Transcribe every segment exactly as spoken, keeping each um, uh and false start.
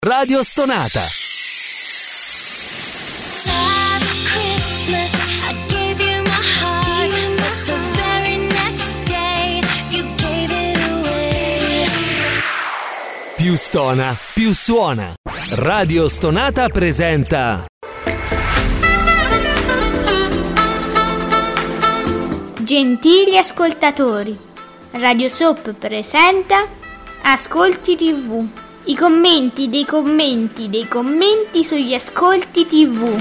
Radio Stonata. Più stona, più suona. Radio Stonata presenta Gentili ascoltatori, Radio Soap presenta Ascolti tivù. I commenti dei commenti dei commenti sugli ascolti tivù.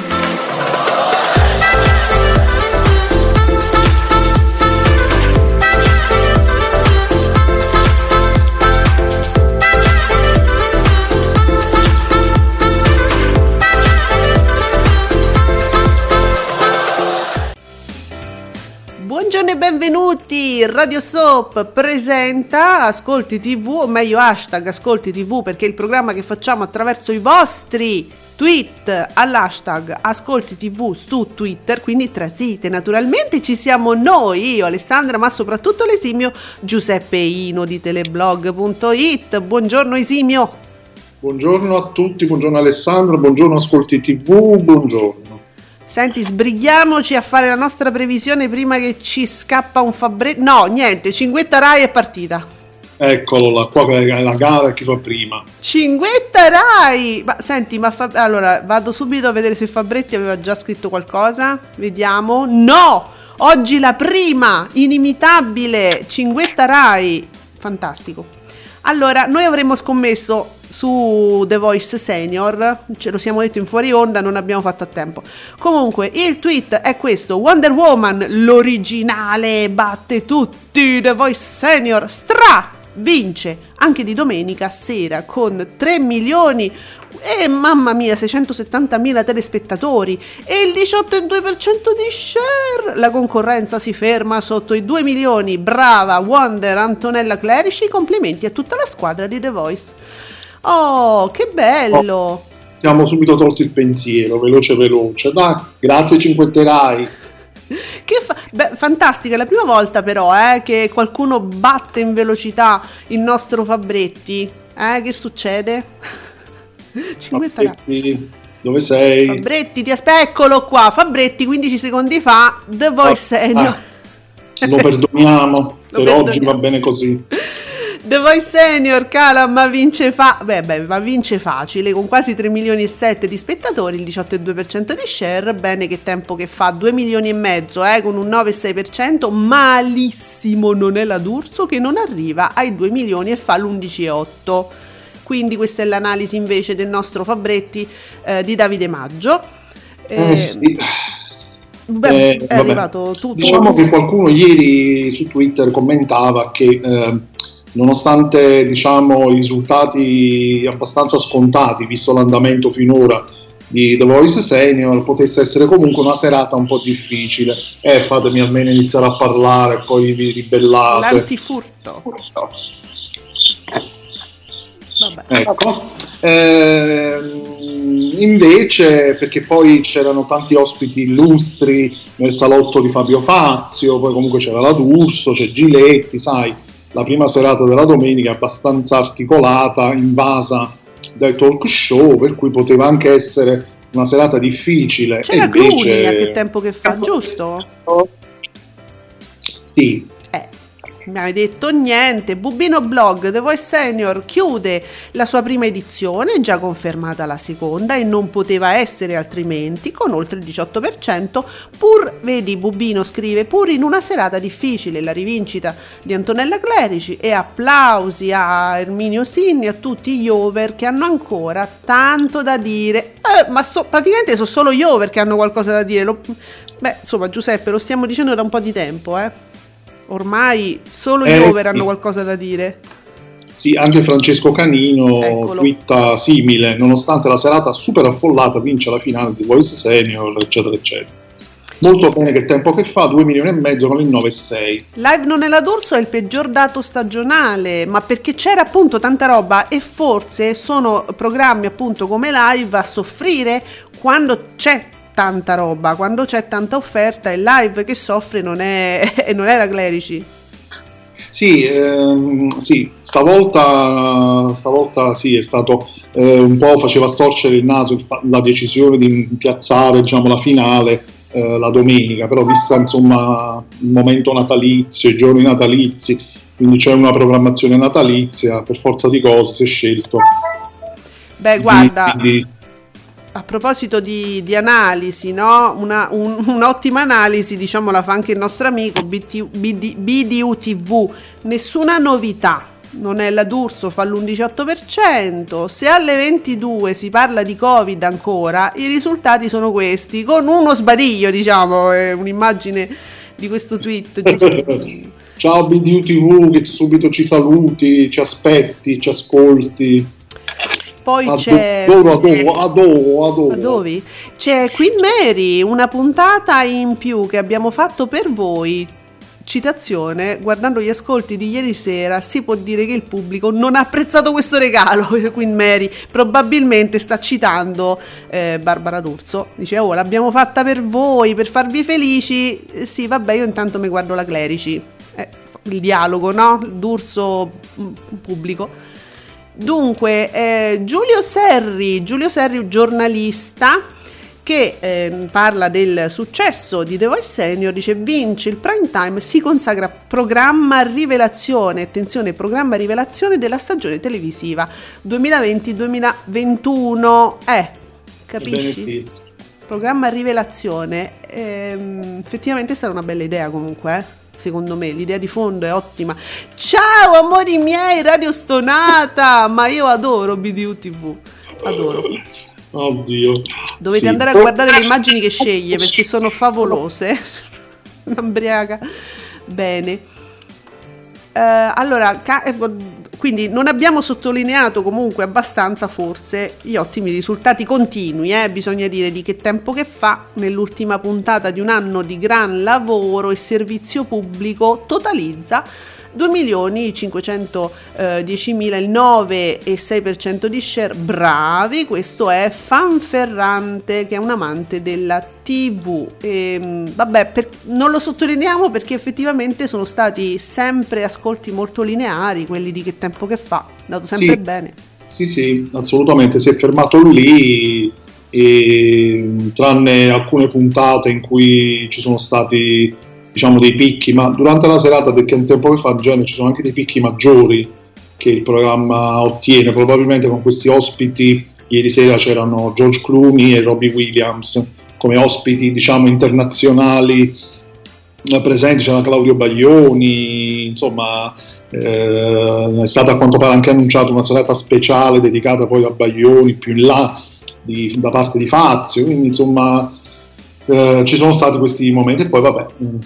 Buongiorno e benvenuti, Radio Soap presenta Ascolti tivù, o meglio hashtag Ascolti tivù, perché è il programma che facciamo attraverso i vostri tweet all'hashtag Ascolti tivù su Twitter, quindi trasite. Naturalmente ci siamo noi, io Alessandra, ma soprattutto l'esimio Giuseppe Ino di teleblog punto it. Buongiorno Esimio. Buongiorno a tutti, buongiorno Alessandra, buongiorno Ascolti tivù, buongiorno. Senti, sbrighiamoci a fare la nostra previsione prima che ci scappa un Fabretto. No, niente, Cinguetta Rai è partita. Eccolo là, qua è la gara, chi fa prima. Cinguetta Rai! Ma senti, ma fa... allora vado subito a vedere se Fabretti aveva già scritto qualcosa. Vediamo. No! Oggi la prima, inimitabile, Cinguetta Rai. Fantastico. Allora, noi avremmo scommesso su The Voice Senior, ce lo siamo detto in fuori onda, non abbiamo fatto a tempo. Comunque il tweet è questo: Wonder Woman, l'originale, batte tutti. The Voice Senior stra vince anche di domenica sera con tre milioni e mamma mia seicentosettantamila telespettatori e il diciotto virgola due per cento di share. La concorrenza si ferma sotto i due milioni. Brava Wonder, Antonella Clerici, complimenti a tutta la squadra di The Voice. Oh, che bello! Oh, siamo subito tolti il pensiero, veloce veloce. Dai, grazie Cinguetta Rai. Che fa- beh, fantastica, è la prima volta però eh, che qualcuno batte in velocità il nostro Fabretti. Eh, che succede? Cinguetta Rai. Dove sei? Fabretti, ti aspetto, eccolo qua. Fabretti, quindici secondi fa, The Voice oh, Senior. Ah, lo perdoniamo, lo per perdoniamo. Oggi va bene così. The Voice Senior cala ma vince fa- beh, beh, ma vince facile con quasi tre milioni e sette di spettatori, il diciotto virgola due per cento di share. Bene che tempo che fa, due milioni e mezzo eh, con un nove virgola sei per cento. Malissimo non è la D'Urso che non arriva ai due milioni e fa l'undici virgola otto. Quindi questa è l'analisi invece del nostro Fabretti eh, di Davide Maggio. Eh, eh sì. Beh, eh, è arrivato tutto. Diciamo che qualcuno ieri su Twitter commentava che eh, nonostante diciamo i risultati abbastanza scontati, visto l'andamento finora di The Voice Senior, potesse essere comunque una serata un po' difficile. Eh, fatemi almeno iniziare a parlare e poi vi ribellate. L'antifurto. Vabbè. Ecco. Eh, invece, perché poi c'erano tanti ospiti illustri nel salotto di Fabio Fazio, poi comunque c'era la D'Urso, c'è Giletti, sai, la prima serata della domenica è abbastanza articolata, invasa dai talk show, per cui poteva anche essere una serata difficile. C'era e invece... Clooney a che tempo che fa, giusto? Sì. Eh, mi hai detto niente. Bubino Blog, The Voice Senior chiude la sua prima edizione, già confermata la seconda e non poteva essere altrimenti, con oltre il diciotto per cento, pur, vedi Bubino scrive, pur in una serata difficile, la rivincita di Antonella Clerici, e applausi a Erminio Sinni, a tutti gli over che hanno ancora tanto da dire. Eh, ma so, praticamente sono solo gli over che hanno qualcosa da dire. Lo, beh, insomma Giuseppe, lo stiamo dicendo da un po' di tempo, eh. Ormai solo gli eh, over hanno qualcosa da dire. Sì, anche Francesco Canino Eccolo. twitta simile, nonostante la serata super affollata vince la finale di Voice Senior, eccetera eccetera. Molto bene che tempo che fa, due milioni e mezzo con il nove virgola sei. Live non è la D'Urso è il peggior dato stagionale, ma perché c'era appunto tanta roba e forse sono programmi appunto come Live a soffrire quando c'è tanta roba, quando c'è tanta offerta. Il Live che soffre non è, non è la Clerici. Sì, ehm, sì, stavolta, stavolta sì, è stato eh, un po' faceva storcere il naso il fa- la decisione di piazzare, diciamo, la finale eh, la domenica, però vista insomma il momento natalizio, i giorni natalizi, quindi c'è una programmazione natalizia, per forza di cose si è scelto. Beh, guarda, di, di, a proposito di, di analisi, no? Una, un, un'ottima analisi, diciamo, la fa anche il nostro amico B T, B D, B D U T V. Nessuna novità, non è la D'Urso, fa l'undici virgola otto per cento. Se alle ventidue si parla di Covid ancora, i risultati sono questi, con uno sbadiglio, diciamo, è un'immagine di questo tweet, giusto? Ciao B D U T V, che subito ci saluti, ci aspetti, ci ascolti. Poi Adoro, c'è adoro, adoro, adoro. Adovi? C'è Queen Mary, una puntata in più che abbiamo fatto per voi. Citazione: guardando gli ascolti di ieri sera si può dire che il pubblico non ha apprezzato questo regalo. Queen Mary probabilmente sta citando eh, Barbara D'Urso, dice: oh, l'abbiamo fatta per voi, per farvi felici. Eh, sì, vabbè, io intanto mi guardo la Clerici, eh, il dialogo, no? D'Urso pubblico. Dunque, eh, Giulio Serri, Giulio Serri, giornalista che eh, parla del successo di The Voice Senior, dice: vince il prime time, si consacra programma rivelazione, attenzione, programma rivelazione della stagione televisiva duemilaventi duemilaventuno. Eh, capisci? Sì. Programma rivelazione, ehm, effettivamente è stata una bella idea comunque, eh? Secondo me l'idea di fondo è ottima. Ciao amori miei, Radio Stonata, ma io adoro B D U T V, adoro. Oddio. Dovete sì. andare a guardare le immagini che sceglie perché sono favolose. Un'ambriaca. Bene. Uh, allora, ca- quindi non abbiamo sottolineato comunque abbastanza forse gli ottimi risultati continui, eh? Bisogna dire di che tempo che fa. Nell'ultima puntata di un anno di gran lavoro e servizio pubblico totalizza due milioni cinquecentodiecimila, il nove virgola sei per cento di share. Bravi, questo è Fanferrante, che è un amante della tivù. E, vabbè, per, non lo sottolineiamo perché effettivamente sono stati sempre ascolti molto lineari, quelli di che tempo che fa, dato sempre sì, bene. Sì, sì, assolutamente, si è fermato lì, e, tranne alcune puntate in cui ci sono stati, diciamo, dei picchi, ma durante la serata, perché un tempo che fa in genere ci sono anche dei picchi maggiori che il programma ottiene, probabilmente con questi ospiti. Ieri sera c'erano George Clooney e Robbie Williams come ospiti, diciamo, internazionali presenti, c'era Claudio Baglioni, insomma, eh, è stata a quanto pare anche annunciata una serata speciale dedicata poi a Baglioni più in là di, da parte di Fazio, quindi insomma Eh, ci sono stati questi momenti. E poi vabbè,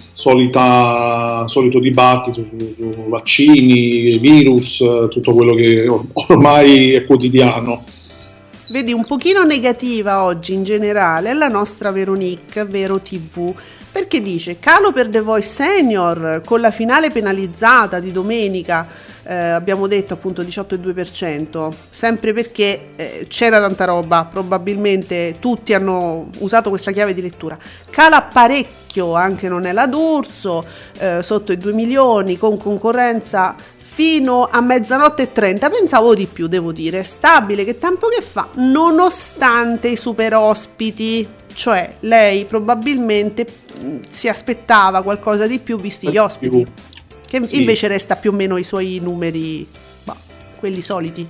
solita, solito dibattito su, su vaccini, virus, tutto quello che ormai è quotidiano. Vedi, un pochino negativa oggi in generale è la nostra Veronique, Vero tivù, perché dice: calo per The Voice Senior con la finale penalizzata di domenica. Eh, abbiamo detto appunto diciotto virgola due per cento, sempre perché eh, c'era tanta roba, probabilmente tutti hanno usato questa chiave di lettura. Cala parecchio anche Non è la D'Urso, eh, sotto i due milioni, con concorrenza fino a mezzanotte e trenta. Pensavo di più, devo dire. Stabile che tempo che fa, nonostante i super ospiti, cioè lei probabilmente si aspettava qualcosa di più visti gli ospiti, che sì, invece resta più o meno i suoi numeri, bah, quelli soliti.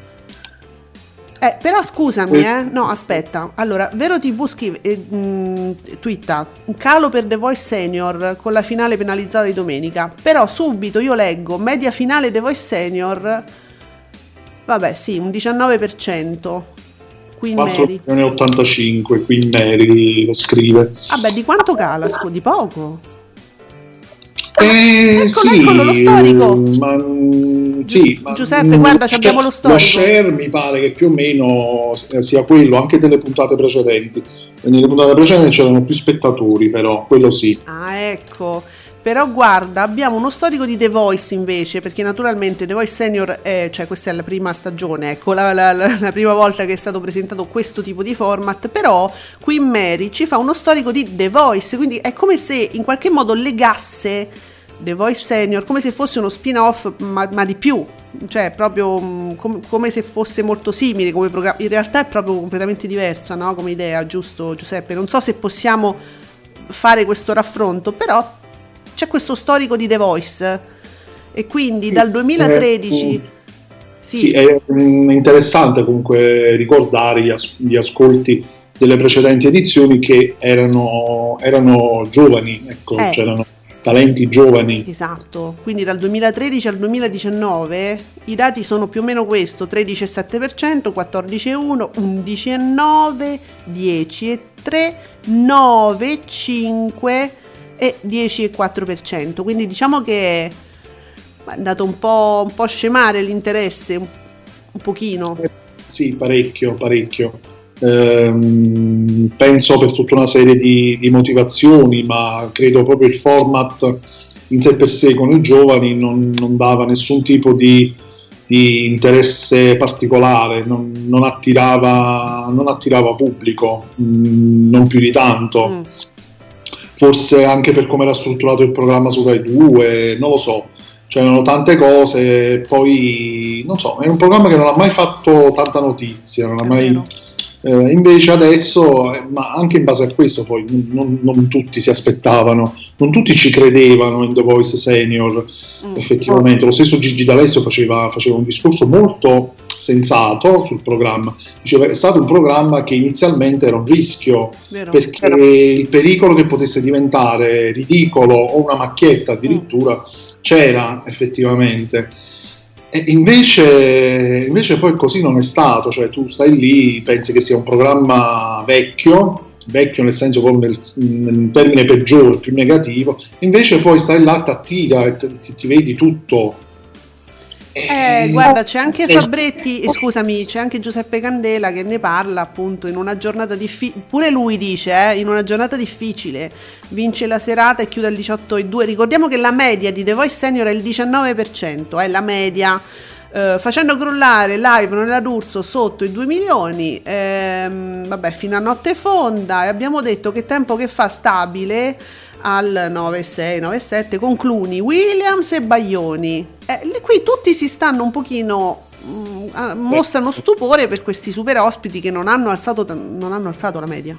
Eh, però scusami, eh, no, aspetta. Allora, Vero tivù scrive, eh, mh, twitta: calo per The Voice Senior con la finale penalizzata di domenica. Però subito io leggo media finale The Voice Senior. Vabbè, sì, un diciannove per cento. Queen Mary quattro virgola ottantacinque, Queen Mary lo scrive. Vabbè, di quanto cala? Scu- di poco. Eh, eccolo, sì, eccolo lo storico. Ma, sì, ma, Giuseppe, guarda, abbiamo lo storico. Lo share mi pare che più o meno sia quello anche delle puntate precedenti. Nelle puntate precedenti c'erano più spettatori, però quello sì. Ah, ecco. Però guarda, abbiamo uno storico di The Voice invece, perché naturalmente The Voice Senior è, cioè questa è la prima stagione, ecco, la, la, la, la prima volta che è stato presentato questo tipo di format. Però Queen Mary ci fa uno storico di The Voice, quindi è come se in qualche modo legasse The Voice Senior come se fosse uno spin-off, ma, ma di più, cioè proprio mh, com- come se fosse molto simile come programma. In realtà è proprio completamente diversa, no? Come idea, giusto Giuseppe? Non so se possiamo fare questo raffronto, però c'è questo storico di The Voice e quindi sì, dal duemilatredici eh, sì. sì, è mh, interessante comunque ricordare gli, as- gli ascolti delle precedenti edizioni che erano, erano giovani, ecco, eh. c'erano talenti giovani. Esatto, quindi dal duemilatredici al duemiladiciannove i dati sono più o meno questo: tredici virgola sette per cento, quattordici virgola uno per cento, undici virgola nove per cento, dieci virgola tre per cento, nove virgola cinque per cento e dieci virgola quattro per cento. Quindi diciamo che è andato un po', un po' a scemare l'interesse, un, un pochino. Sì, parecchio, parecchio. Ehm, penso per tutta una serie di, di motivazioni, ma credo proprio il format in sé per sé con i giovani non, non dava nessun tipo di, di interesse particolare, non, non, attirava, non attirava pubblico, mh, non più di tanto. Mm. Forse anche per come era strutturato il programma su Rai due, non lo so. C'erano tante cose, poi non so, è un programma che non ha mai fatto tanta notizia, non ha mai... Eh, invece adesso, eh, ma anche in base a questo poi non, non tutti si aspettavano, non tutti ci credevano in The Voice Senior, mm. effettivamente. Lo stesso Gigi D'Alessio faceva, faceva un discorso molto sensato sul programma, diceva è stato un programma che inizialmente era un rischio, Vero. perché Vero. il pericolo che potesse diventare ridicolo o una macchietta addirittura mm. c'era effettivamente. E invece, invece poi così non è stato, cioè tu stai lì, pensi che sia un programma vecchio, vecchio nel senso proprio nel, nel termine peggiore, più negativo, invece poi stai là, ti attira e ti, ti vedi tutto. Eh, guarda, c'è anche Fabretti, eh, scusami, c'è anche Giuseppe Candela che ne parla appunto in una giornata difficile, pure lui dice, eh, in una giornata difficile, vince la serata e chiude al diciotto virgola due. Ricordiamo che la media di The Voice Senior è il diciannove per cento, è la media, eh, facendo crollare live nella D'Urso sotto i due milioni, ehm, vabbè, fino a notte fonda, e abbiamo detto che tempo che fa stabile al nove virgola sei, nove virgola sette con Clooney, Williams e Baglioni. Eh, qui tutti si stanno un pochino mh, mostrano stupore per questi super ospiti che non hanno alzato non hanno alzato la media.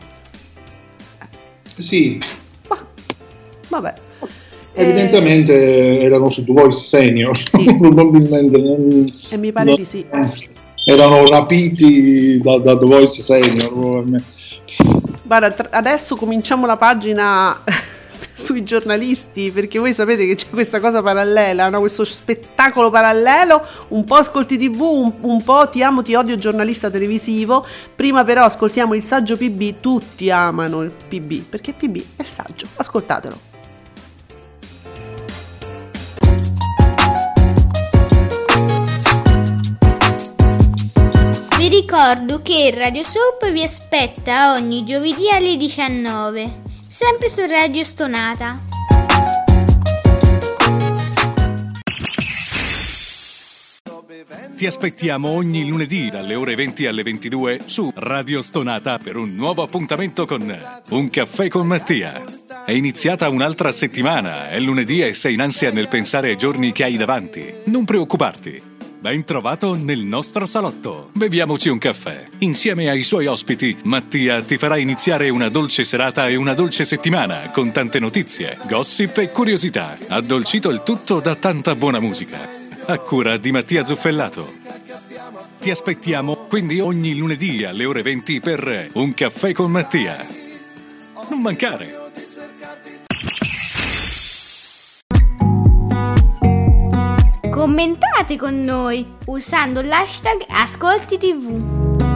Eh. Sì. Ma, vabbè. Evidentemente eh, erano su The Voice Senior, sì. probabilmente non, e mi pare non, di sì. Erano rapiti da, da The Voice Senior probabilmente. Guarda, tra- adesso cominciamo la pagina sui giornalisti, perché voi sapete che c'è questa cosa parallela, no? Questo spettacolo parallelo, un po' ascolti tivù, un, un po' ti amo, ti odio giornalista televisivo. Prima però ascoltiamo il saggio P B, tutti amano il P B, perché P B è saggio, ascoltatelo. Vi ricordo che Radio Soap vi aspetta ogni giovedì alle diciannove, sempre su Radio Stonata. Ti aspettiamo ogni lunedì dalle ore venti alle ventidue su Radio Stonata per un nuovo appuntamento con Un caffè con Mattia. È iniziata un'altra settimana, è lunedì e sei in ansia nel pensare ai giorni che hai davanti. Non preoccuparti. Ben trovato nel nostro salotto. Beviamoci un caffè. Insieme ai suoi ospiti, Mattia ti farà iniziare una dolce serata e una dolce settimana con tante notizie, gossip e curiosità. Addolcito il tutto da tanta buona musica. A cura di Mattia Zuffellato. Ti aspettiamo quindi ogni lunedì alle ore venti per Un caffè con Mattia. Non mancare. Commentate con noi usando l'hashtag Ascolti tivù.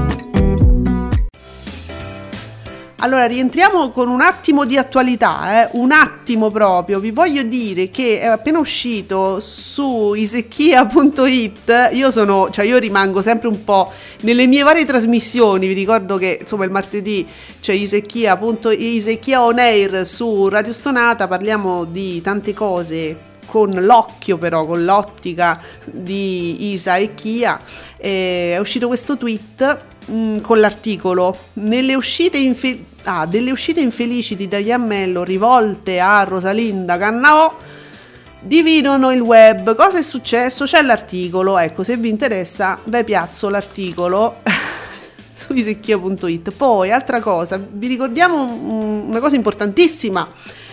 Allora, rientriamo con un attimo di attualità, eh? un attimo proprio. Vi voglio dire che è appena uscito su isecchia punto it. Io sono, cioè io rimango sempre un po' nelle mie varie trasmissioni. Vi ricordo che insomma il martedì c'è Isecchia, Isecchia On Air su Radio Stonata. Parliamo di tante cose con l'occhio, però con l'ottica di Isa e Chia. Eh, è uscito questo tweet mh, con l'articolo nelle uscite infe- ah, delle uscite infelici di Diane Mello rivolte a Rosalinda Cannavò. dividono il web. Cosa è successo? C'è l'articolo, ecco, se vi interessa ve piazzo l'articolo su isecchio punto it. Poi altra cosa, vi ricordiamo una cosa importantissima.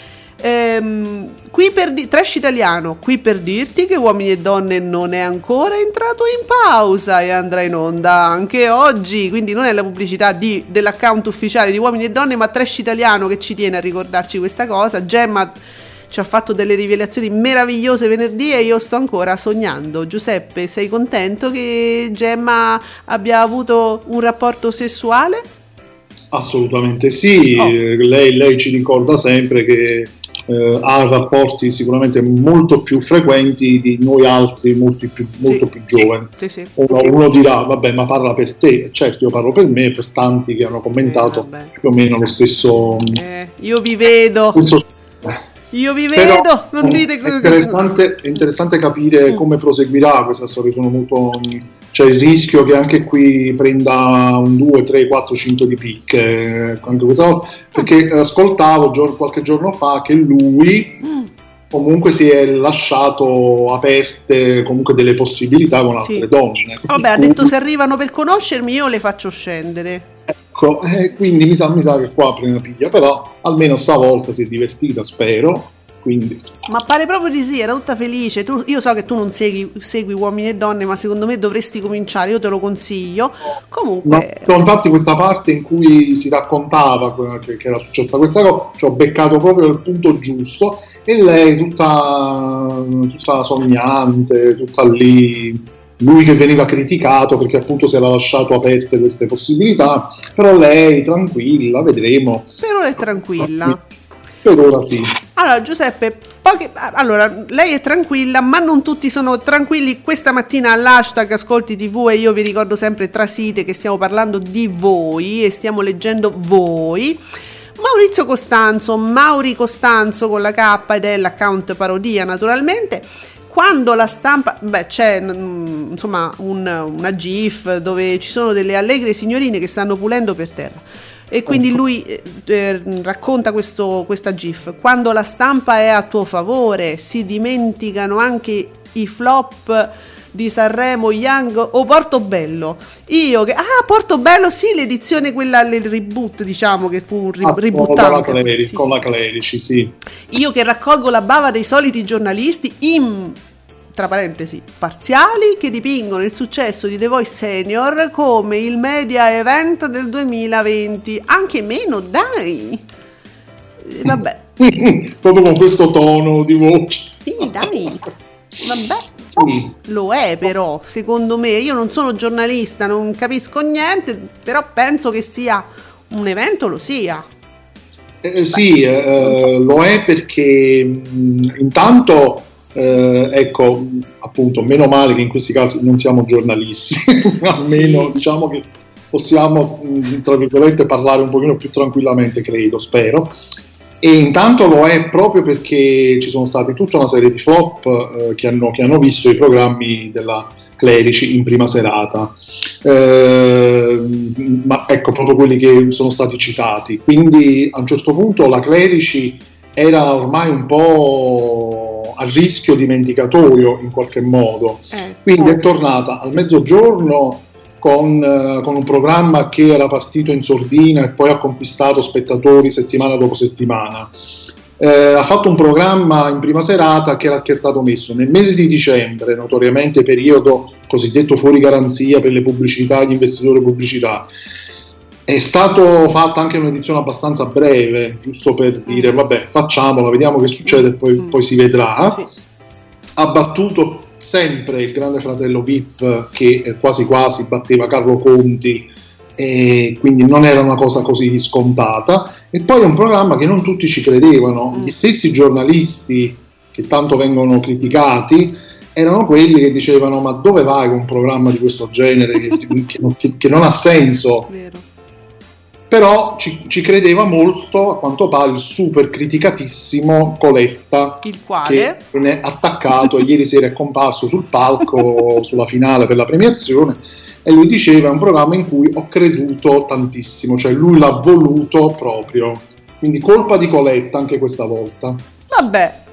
Ehm, qui per di- trash italiano, qui per dirti che Uomini e Donne non è ancora entrato in pausa e andrà in onda anche oggi, quindi non è la pubblicità di, dell'account ufficiale di Uomini e Donne, ma Trash Italiano che ci tiene a ricordarci questa cosa. Gemma ci ha fatto delle rivelazioni meravigliose venerdì e io sto ancora sognando. Giuseppe, sei contento che Gemma abbia avuto un rapporto sessuale? Assolutamente sì, oh. lei, lei ci ricorda sempre che eh, ha rapporti sicuramente molto più frequenti di noi altri, molti più, molto sì. più giovani. Sì, sì. Uno, uno dirà, vabbè, ma parla per te. Certo, io parlo per me e per tanti che hanno commentato eh, più o meno lo stesso. Eh, io vi vedo. Questo, Io vi Però, vedo, non dite è interessante, è interessante capire come proseguirà questa storia. Sono molto, c'è il rischio che anche qui prenda un due, tre, quattro, cinque di picche, anche questa volta, perché ascoltavo gior- qualche giorno fa che lui comunque si è lasciato aperte comunque delle possibilità con altre sì. donne. Vabbè, ha detto se arrivano per conoscermi io le faccio scendere. Ecco, eh, quindi mi sa, mi sa che qua prende piglia, però almeno stavolta si è divertita, spero. Quindi. Ma pare proprio di sì, era tutta felice. Tu, io so che tu non segui, segui Uomini e Donne, ma secondo me dovresti cominciare, io te lo consiglio. Comunque, no, infatti questa parte in cui si raccontava che, che era successa questa cosa, ci ho beccato proprio il punto giusto, e lei tutta, tutta sognante, tutta lì, lui che veniva criticato perché appunto si era lasciato aperte queste possibilità, però lei tranquilla, vedremo. Però è tranquilla. Per ora sì. Allora Giuseppe, poche, allora lei è tranquilla, ma non tutti sono tranquilli. Questa mattina all'hashtag Ascolti tivù, e io vi ricordo sempre Trasite che stiamo parlando di voi e stiamo leggendo voi. Maurizio Costanzo, Mauri Costanzo con la K ed è l'account parodia naturalmente. Quando la stampa, beh c'è insomma un, una gif dove ci sono delle allegre signorine che stanno pulendo per terra. E quindi lui eh, racconta questo, questa gif. Quando la stampa è a tuo favore, si dimenticano anche i flop di Sanremo, Young o Portobello. Io che ah Portobello sì, l'edizione quella, il reboot, diciamo che fu un ri- ah, ributtato con la Clerici, sì, con sì, la Clerici, sì. Io che raccolgo la bava dei soliti giornalisti in, tra parentesi, parziali, che dipingono il successo di The Voice Senior come il media event del duemilaventi. Anche meno, dai. Vabbè. Proprio con questo tono di voce. Sì, dai. Vabbè. Sì. Lo è però, secondo me. Io non sono giornalista, non capisco niente, però penso che sia un evento, lo sia. Eh, sì, eh, lo è perché mh, intanto Eh, ecco, appunto, meno male che in questi casi non siamo giornalisti, almeno sì, diciamo che possiamo, tra virgolette, parlare un pochino più tranquillamente, credo, spero. E intanto lo è proprio perché ci sono stati tutta una serie di flop eh, che, hanno, che hanno visto i programmi della Clerici in prima serata, eh, ma ecco proprio quelli che sono stati citati. Quindi a un certo punto la Clerici era ormai un po' a rischio dimenticatorio in qualche modo, eh, quindi eh. è tornata al mezzogiorno con, uh, con un programma che era partito in sordina e poi ha conquistato spettatori settimana dopo settimana. Eh, ha fatto un programma in prima serata che, era, che è stato messo nel mese di dicembre, notoriamente periodo cosiddetto fuori garanzia per le pubblicità, gli investitori pubblicità. È stato fatta anche un'edizione abbastanza breve, giusto per dire vabbè, facciamola, vediamo che succede e poi, poi si vedrà. Ha battuto sempre il Grande Fratello V I P che quasi quasi batteva Carlo Conti, e quindi non era una cosa così scontata. E poi è un programma che non tutti ci credevano, gli stessi giornalisti che tanto vengono criticati erano quelli che dicevano ma dove vai con un programma di questo genere che, che, che non ha senso. Vero. Però ci, ci credeva molto, a quanto pare, il super criticatissimo Coletta, il quale che viene attaccato e ieri sera è comparso sul palco sulla finale per la premiazione, e lui diceva è un programma in cui ho creduto tantissimo, cioè lui l'ha voluto proprio, quindi colpa di Coletta anche questa volta. Vabbè,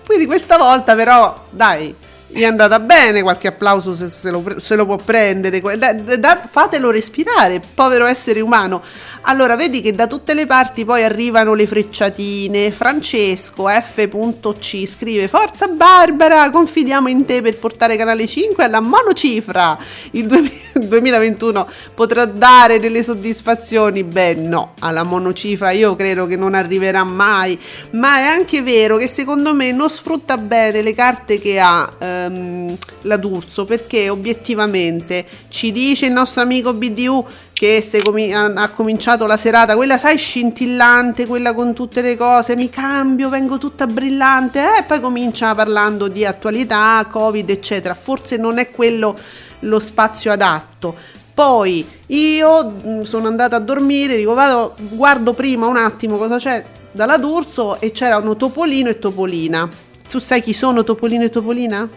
Quindi questa volta però, dai, gli è andata bene, qualche applauso se, se, lo, se lo può prendere, da, da, fatelo respirare, povero essere umano. Allora vedi che da tutte le parti poi arrivano le frecciatine. Francesco F C scrive: forza Barbara, confidiamo in te per portare Canale cinque alla monocifra. Il duemilaventuno potrà dare delle soddisfazioni. Beh no, alla monocifra io credo che non arriverà mai, ma è anche vero che secondo me non sfrutta bene le carte che ha ehm, la D'Urso, perché obiettivamente ci dice il nostro amico B D U che se comi- ha cominciato la serata, quella sai scintillante, quella con tutte le cose, mi cambio, vengo tutta brillante, e eh, poi comincia parlando di attualità, Covid eccetera, forse non è quello lo spazio adatto. Poi io mh, sono andata a dormire, dico vado, guardo prima un attimo cosa c'è dalla D'Urso e c'erano Topolino e Topolina. Tu sai chi sono Topolino e Topolina?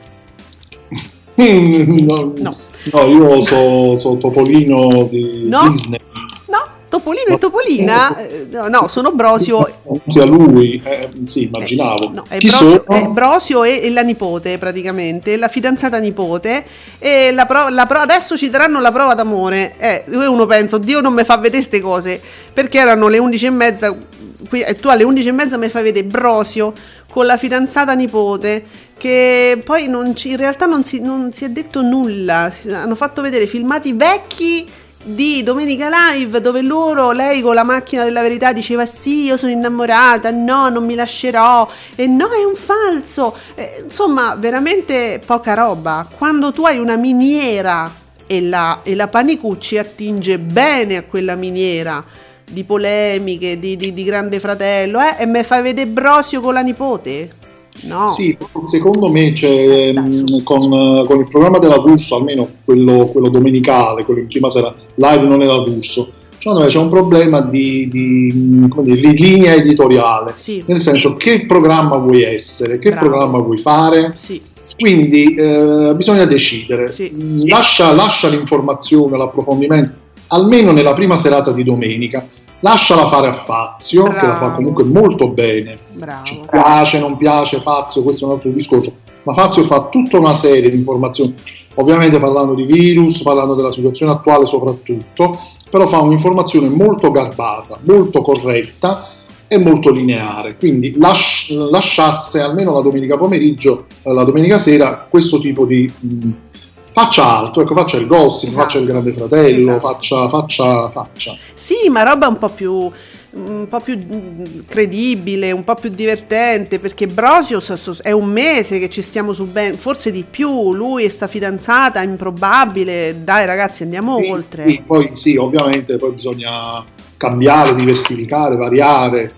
no. no. No, io sono so Topolino di no? Disney. No, Topolino no. e Topolina, eh, no, sono Brosio. Sia lui, eh, sì, immaginavo. Eh, no, è, Brosio, è Brosio e, e la nipote, praticamente, la fidanzata nipote. E la pro, la pro, adesso ci daranno la prova d'amore. Eh, uno pensa, Dio non mi fa vedere queste cose, perché erano le undici e mezza, qui, e tu alle undici e mezza mi fai vedere Brosio con la fidanzata nipote, che poi non ci, in realtà non si, non si è detto nulla. Hanno fatto vedere filmati vecchi di Domenica Live dove loro, lei con la macchina della verità diceva sì, io sono innamorata, no, non mi lascerò, e no, è un falso, eh, insomma veramente poca roba. Quando tu hai una miniera e la, e la Panicucci attinge bene a quella miniera di polemiche, di, di, di Grande Fratello, eh, e me fai vedere Brosio con la nipote? No. Sì, secondo me c'è, mh, con, con il programma della D'Urso, almeno quello, quello domenicale, quello in prima sera, live non è la D'Urso, cioè c'è un problema di, di, come dire, di linea editoriale, sì, nel senso sì. Che programma vuoi essere, che Bravo. programma vuoi fare, sì. Quindi eh, bisogna decidere, sì. lascia, lascia l'informazione, l'approfondimento, almeno nella prima serata di domenica. Lasciala fare a Fazio, Bravo. Che la fa comunque molto bene. Bravo. Ci piace, non piace Fazio, questo è un altro discorso, ma Fazio fa tutta una serie di informazioni, ovviamente parlando di virus, parlando della situazione attuale soprattutto, però fa un'informazione molto garbata, molto corretta e molto lineare, quindi lasci, lasciasse almeno la domenica pomeriggio, la domenica sera, questo tipo di... Mh, faccia altro, ecco, faccia il gossip, esatto. Faccia il Grande Fratello, esatto. faccia, faccia, faccia. Sì, ma roba un po' più un po' più credibile, un po' più divertente, perché Brosio è un mese che ci stiamo subendo, forse di più, lui e sta fidanzata, improbabile, dai ragazzi andiamo sì, oltre. Sì, poi sì, ovviamente poi bisogna cambiare, diversificare, variare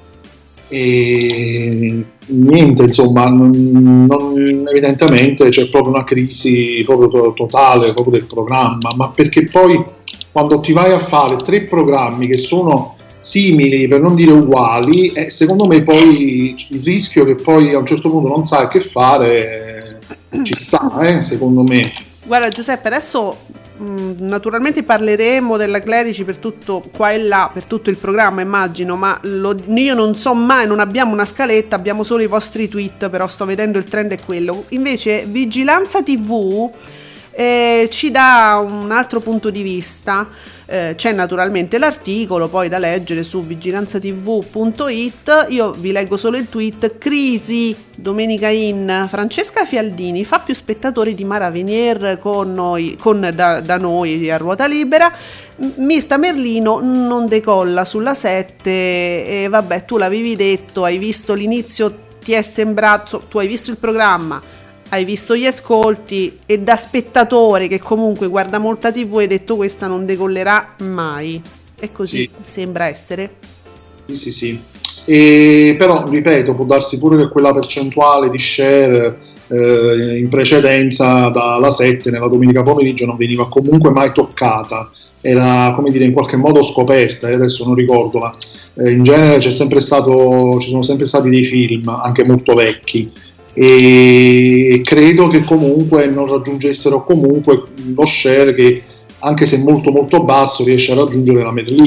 e niente, insomma, non, non, evidentemente c'è proprio una crisi proprio totale proprio del programma, ma perché poi quando ti vai a fare tre programmi che sono simili, per non dire uguali, eh, secondo me poi il rischio che poi a un certo punto non sai che fare eh, ci sta, eh, secondo me. Guarda Giuseppe, adesso mh, naturalmente parleremo della Clerici per tutto qua e là, per tutto il programma immagino, ma lo, io non so mai, non abbiamo una scaletta, abbiamo solo i vostri tweet, però sto vedendo il trend è quello. Invece Vigilanza tivù eh, ci dà un altro punto di vista. Eh, c'è naturalmente l'articolo poi da leggere su vigilanzativù punto it. Io vi leggo solo il tweet. Crisi Domenica in Francesca Fialdini fa più spettatori di Mara Venier con noi, con da, da noi a ruota libera. Mirta Merlino non decolla sulla sette e vabbè, tu l'avevi detto, hai visto l'inizio, ti è sembrato, tu hai visto il programma, hai visto gli ascolti e da spettatore che comunque guarda molta tivù hai detto questa non decollerà mai. E così sì. Sembra essere. Sì, sì, sì. E, però, ripeto, può darsi pure che quella percentuale di share eh, in precedenza dalla sette nella domenica pomeriggio non veniva comunque mai toccata. Era, come dire, in qualche modo scoperta, e adesso non ricordo, ma eh, in genere c'è sempre stato, ci sono sempre stati dei film, anche molto vecchi, e credo che comunque non raggiungessero comunque lo share che, anche se molto molto basso, riesce a raggiungere la Merlino.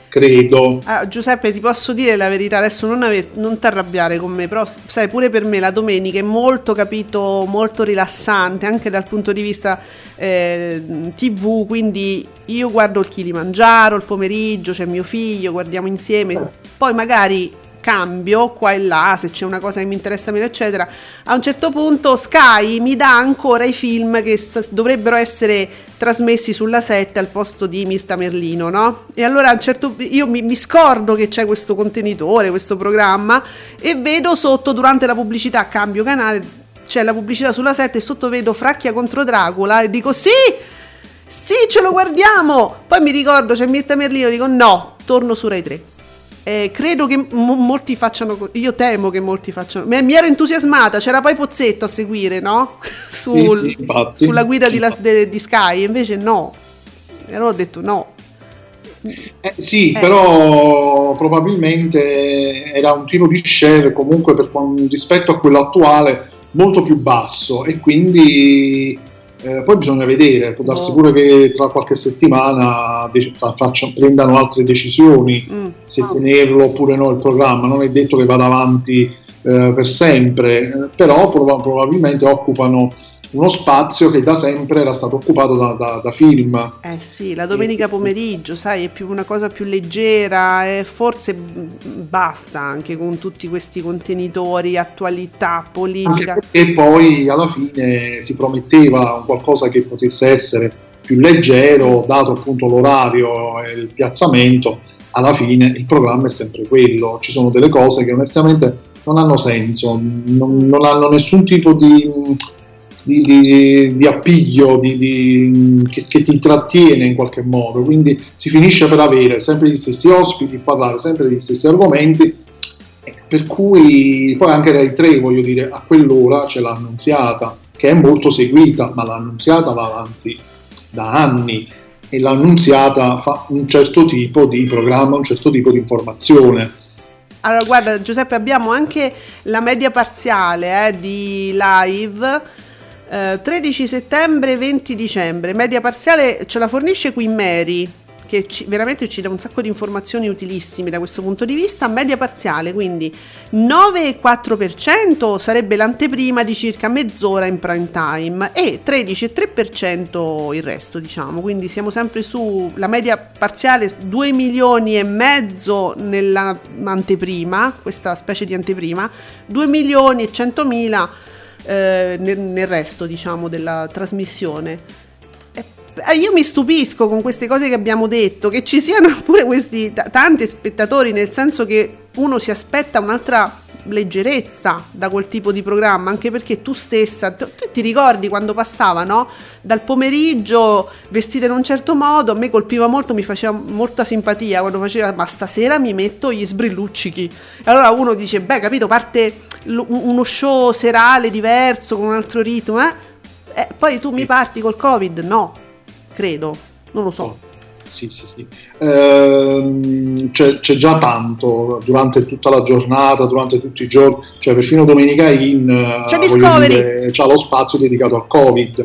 credo. Ah, Giuseppe, ti posso dire la verità, adesso non, aver, non ti arrabbiare con me, però sai, pure per me la domenica è molto, capito, molto rilassante anche dal punto di vista eh, tivù, quindi io guardo il Kilimangiaro il pomeriggio, c'è mio figlio, guardiamo insieme, poi magari cambio qua e là se c'è una cosa che mi interessa meno eccetera. A un certo punto Sky mi dà ancora i film che s- dovrebbero essere trasmessi sulla sette al posto di Mirta Merlino, no? E allora a un certo punto io mi, mi scordo che c'è questo contenitore, questo programma, e vedo sotto durante la pubblicità, cambio canale, c'è la pubblicità sulla sette e sotto vedo Fracchia contro Dracula e dico sì, sì, ce lo guardiamo. Poi mi ricordo c'è Mirta Merlino, dico no, torno su Rai tre. Eh, credo che m- molti facciano, io temo che molti facciano, mi, mi ero entusiasmata, c'era poi Pozzetto a seguire, no? Sul, sì, sì, infatti, sulla guida sì. di, la, de, di Sky, invece no, e allora ho detto no. Eh, sì, Eh. però probabilmente era un tiro di share comunque per, rispetto a quello attuale molto più basso, e quindi eh, poi bisogna vedere, può darsi Oh. pure che tra qualche settimana de- facciano, prendano altre decisioni, Mm. se tenerlo oppure no il programma. Non è detto che vada avanti eh, per sempre, eh, però prob- probabilmente occupano uno spazio che da sempre era stato occupato da, da, da film. Eh sì, la domenica pomeriggio, sai, è più una cosa più leggera e forse mm, basta anche con tutti questi contenitori, attualità, politica. Anche perché poi alla fine si prometteva un qualcosa che potesse essere più leggero, dato appunto l'orario e il piazzamento. Alla fine il programma è sempre quello, ci sono delle cose che onestamente non hanno senso, non, non hanno nessun tipo di, di, di, di appiglio di, di, che, che ti trattiene in qualche modo, quindi si finisce per avere sempre gli stessi ospiti, parlare sempre degli stessi argomenti, per cui poi anche Rai tre, voglio dire, a quell'ora c'è l'Annunziata che è molto seguita, ma l'Annunziata va avanti da anni e l'Annunziata fa un certo tipo di programma, un certo tipo di informazione. Allora guarda Giuseppe, abbiamo anche la media parziale eh, di live, eh, tredici settembre venti dicembre, media parziale ce la fornisce qui Mary, che ci, veramente ci dà un sacco di informazioni utilissime da questo punto di vista. Media parziale, quindi nove virgola quattro per cento sarebbe l'anteprima di circa mezz'ora in prime time e tredici virgola tre per cento il resto, diciamo, quindi siamo sempre su la media parziale, due milioni e mezzo nella anteprima, questa specie di anteprima, due milioni e centomila eh, nel, nel resto, diciamo, della trasmissione. Io mi stupisco con queste cose che abbiamo detto, che ci siano pure questi t- tanti spettatori, nel senso che uno si aspetta un'altra leggerezza da quel tipo di programma, anche perché tu stessa, tu, tu ti ricordi quando passava, no? Dal pomeriggio vestita in un certo modo, a me colpiva molto, mi faceva molta simpatia quando faceva ma stasera mi metto gli sbrilluccichi, e allora uno dice beh, capito, parte l- uno show serale diverso con un altro ritmo, eh? E poi tu mi parti col Covid, no, credo, non lo so. Sì, sì, sì. Ehm, c'è, c'è già tanto durante tutta la giornata, durante tutti i giorni, cioè perfino Domenica In C'è eh, Discovery, dire, c'ha lo spazio dedicato al Covid,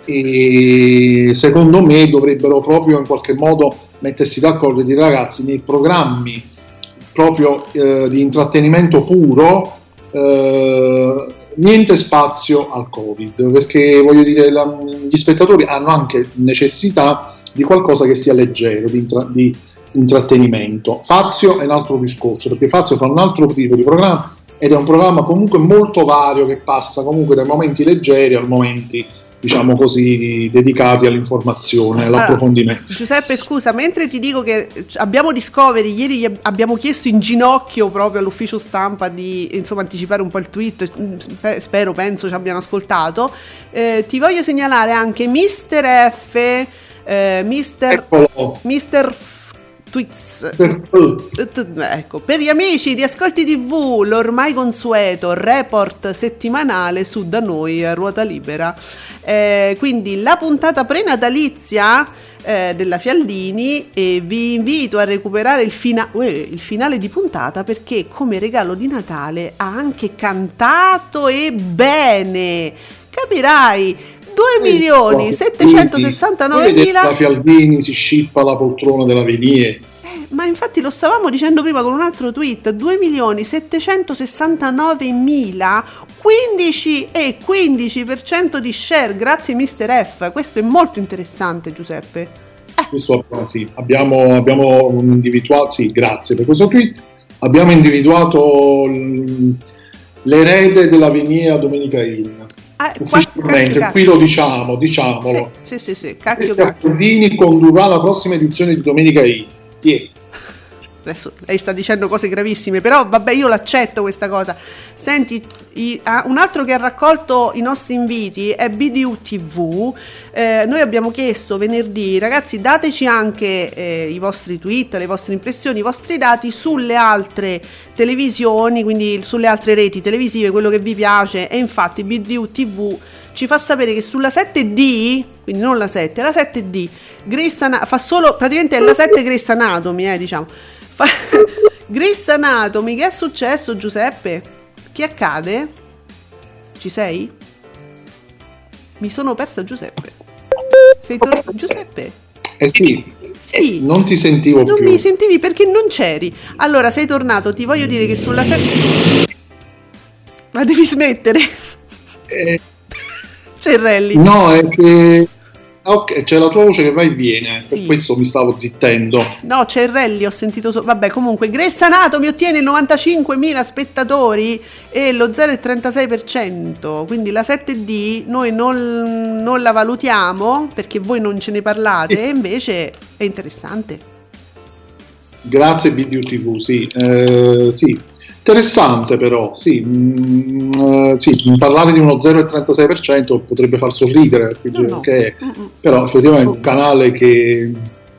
e secondo me dovrebbero proprio in qualche modo mettersi d'accordo e dire ragazzi, nei programmi proprio eh, di intrattenimento puro eh, niente spazio al Covid, perché voglio dire la, gli spettatori hanno anche necessità di qualcosa che sia leggero, di, intra- di intrattenimento. Fazio è un altro discorso, perché Fazio fa un altro tipo di programma ed è un programma comunque molto vario, che passa comunque dai momenti leggeri a momenti, diciamo così, dedicati all'informazione, all'approfondimento. Allora, Giuseppe, scusa, mentre ti dico che abbiamo Discovery, ieri gli abbiamo chiesto in ginocchio proprio all'ufficio stampa di insomma anticipare un po' il tweet, spero, penso ci abbiano ascoltato, eh, ti voglio segnalare anche mister F, eh, mister Eccolo. mister Tweets. Per- Ecco, per gli amici di Ascolti tivù, l'ormai consueto report settimanale su Da Noi a Ruota Libera. Eh, quindi la puntata prenatalizia eh, della Fialdini, e vi invito a recuperare il, fina- uè, il finale di puntata, perché come regalo di Natale ha anche cantato e bene, capirai. due milioni settecentosessantanovemila. La Fialdini si scippa la poltrona della Venier. Eh, ma infatti lo stavamo dicendo prima con un altro tweet, due milioni settecentosessantanovemila, quindici e quindici per cento di share, grazie mister F. Questo è molto interessante, Giuseppe. Eh. Questo, sì, abbiamo, abbiamo individuato, sì, grazie per questo tweet, abbiamo individuato l'erede della Venia Domenica In. Ah, ufficialmente, qui lo diciamo, diciamolo. Sì, sì, sì, sì. Cacchio, cacchio. Cardini condurrà la prossima edizione di Domenica In. Yeah. Adesso lei sta dicendo cose gravissime, però vabbè, io l'accetto questa cosa. Senti, i, ah, un altro che ha raccolto i nostri inviti è B D U T V. Eh, noi abbiamo chiesto venerdì, ragazzi, dateci anche eh, i vostri tweet, le vostre impressioni, i vostri dati sulle altre televisioni, quindi sulle altre reti televisive, quello che vi piace. E infatti B D U T V ci fa sapere che sulla sette D, quindi non la sette, la sette D, Grey's Anatomy, fa solo, praticamente è la sette Grey's Anatomy, eh, diciamo. Fa, Grey's Anatomy, che è successo, Giuseppe? Che accade? Ci sei? Mi sono persa, Giuseppe. Sei tornato, Giuseppe? Eh sì, sì, non ti sentivo non più. Non mi sentivi perché non c'eri. Allora, sei tornato, ti voglio dire che sulla sette... Ma devi smettere. Eh, c'è il rally. No, è che... Ok, c'è la tua voce che va e viene, sì. Per questo mi stavo zittendo. No, c'è il rally, ho sentito so- vabbè, comunque Grey's Anatomy ottiene il novantacinquemila spettatori e lo zero virgola trentasei per cento, quindi la sette D noi non, non la valutiamo perché voi non ce ne parlate, sì. E invece è interessante. Grazie B D U T V, sì, eh, sì. Interessante però, sì, mm, uh, sì, parlare di uno zero virgola trentasei per cento potrebbe far sorridere, quindi, no, no. Che, però effettivamente è un canale che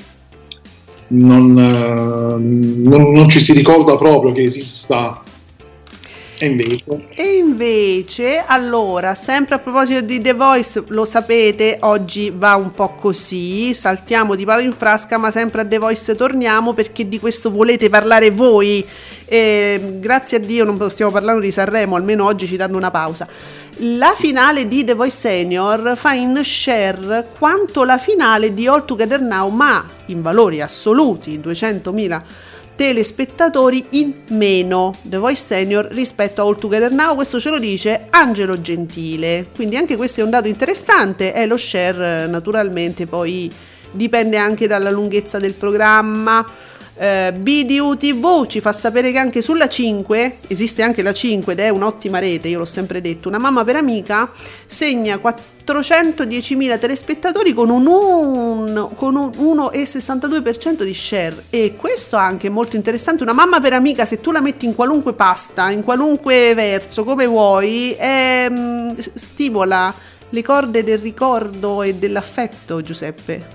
non, uh, non, non ci si ricorda proprio che esista. E invece? E invece, allora, sempre a proposito di The Voice, lo sapete, oggi va un po' così, saltiamo di palo in frasca, ma sempre a The Voice torniamo perché di questo volete parlare voi. E, grazie a Dio non stiamo parlando di Sanremo, almeno oggi ci danno una pausa. La finale di The Voice Senior fa in share quanto la finale di All Together Now, ma in valori assoluti, duecentomila telespettatori in meno The Voice Senior rispetto a All Together Now. Questo ce lo dice Angelo Gentile, quindi anche questo è un dato interessante. E lo share naturalmente poi dipende anche dalla lunghezza del programma. eh, B D U T V ci fa sapere che anche sulla cinque, esiste anche la cinque ed è un'ottima rete, io l'ho sempre detto, Una mamma per amica segna quattrocentodiecimila telespettatori con un, un, con un uno virgola sessantadue per cento di share. E questo anche è molto interessante. Una mamma per amica, se tu la metti in qualunque pasta, in qualunque verso, come vuoi, è, stimola le corde del ricordo e dell'affetto, Giuseppe.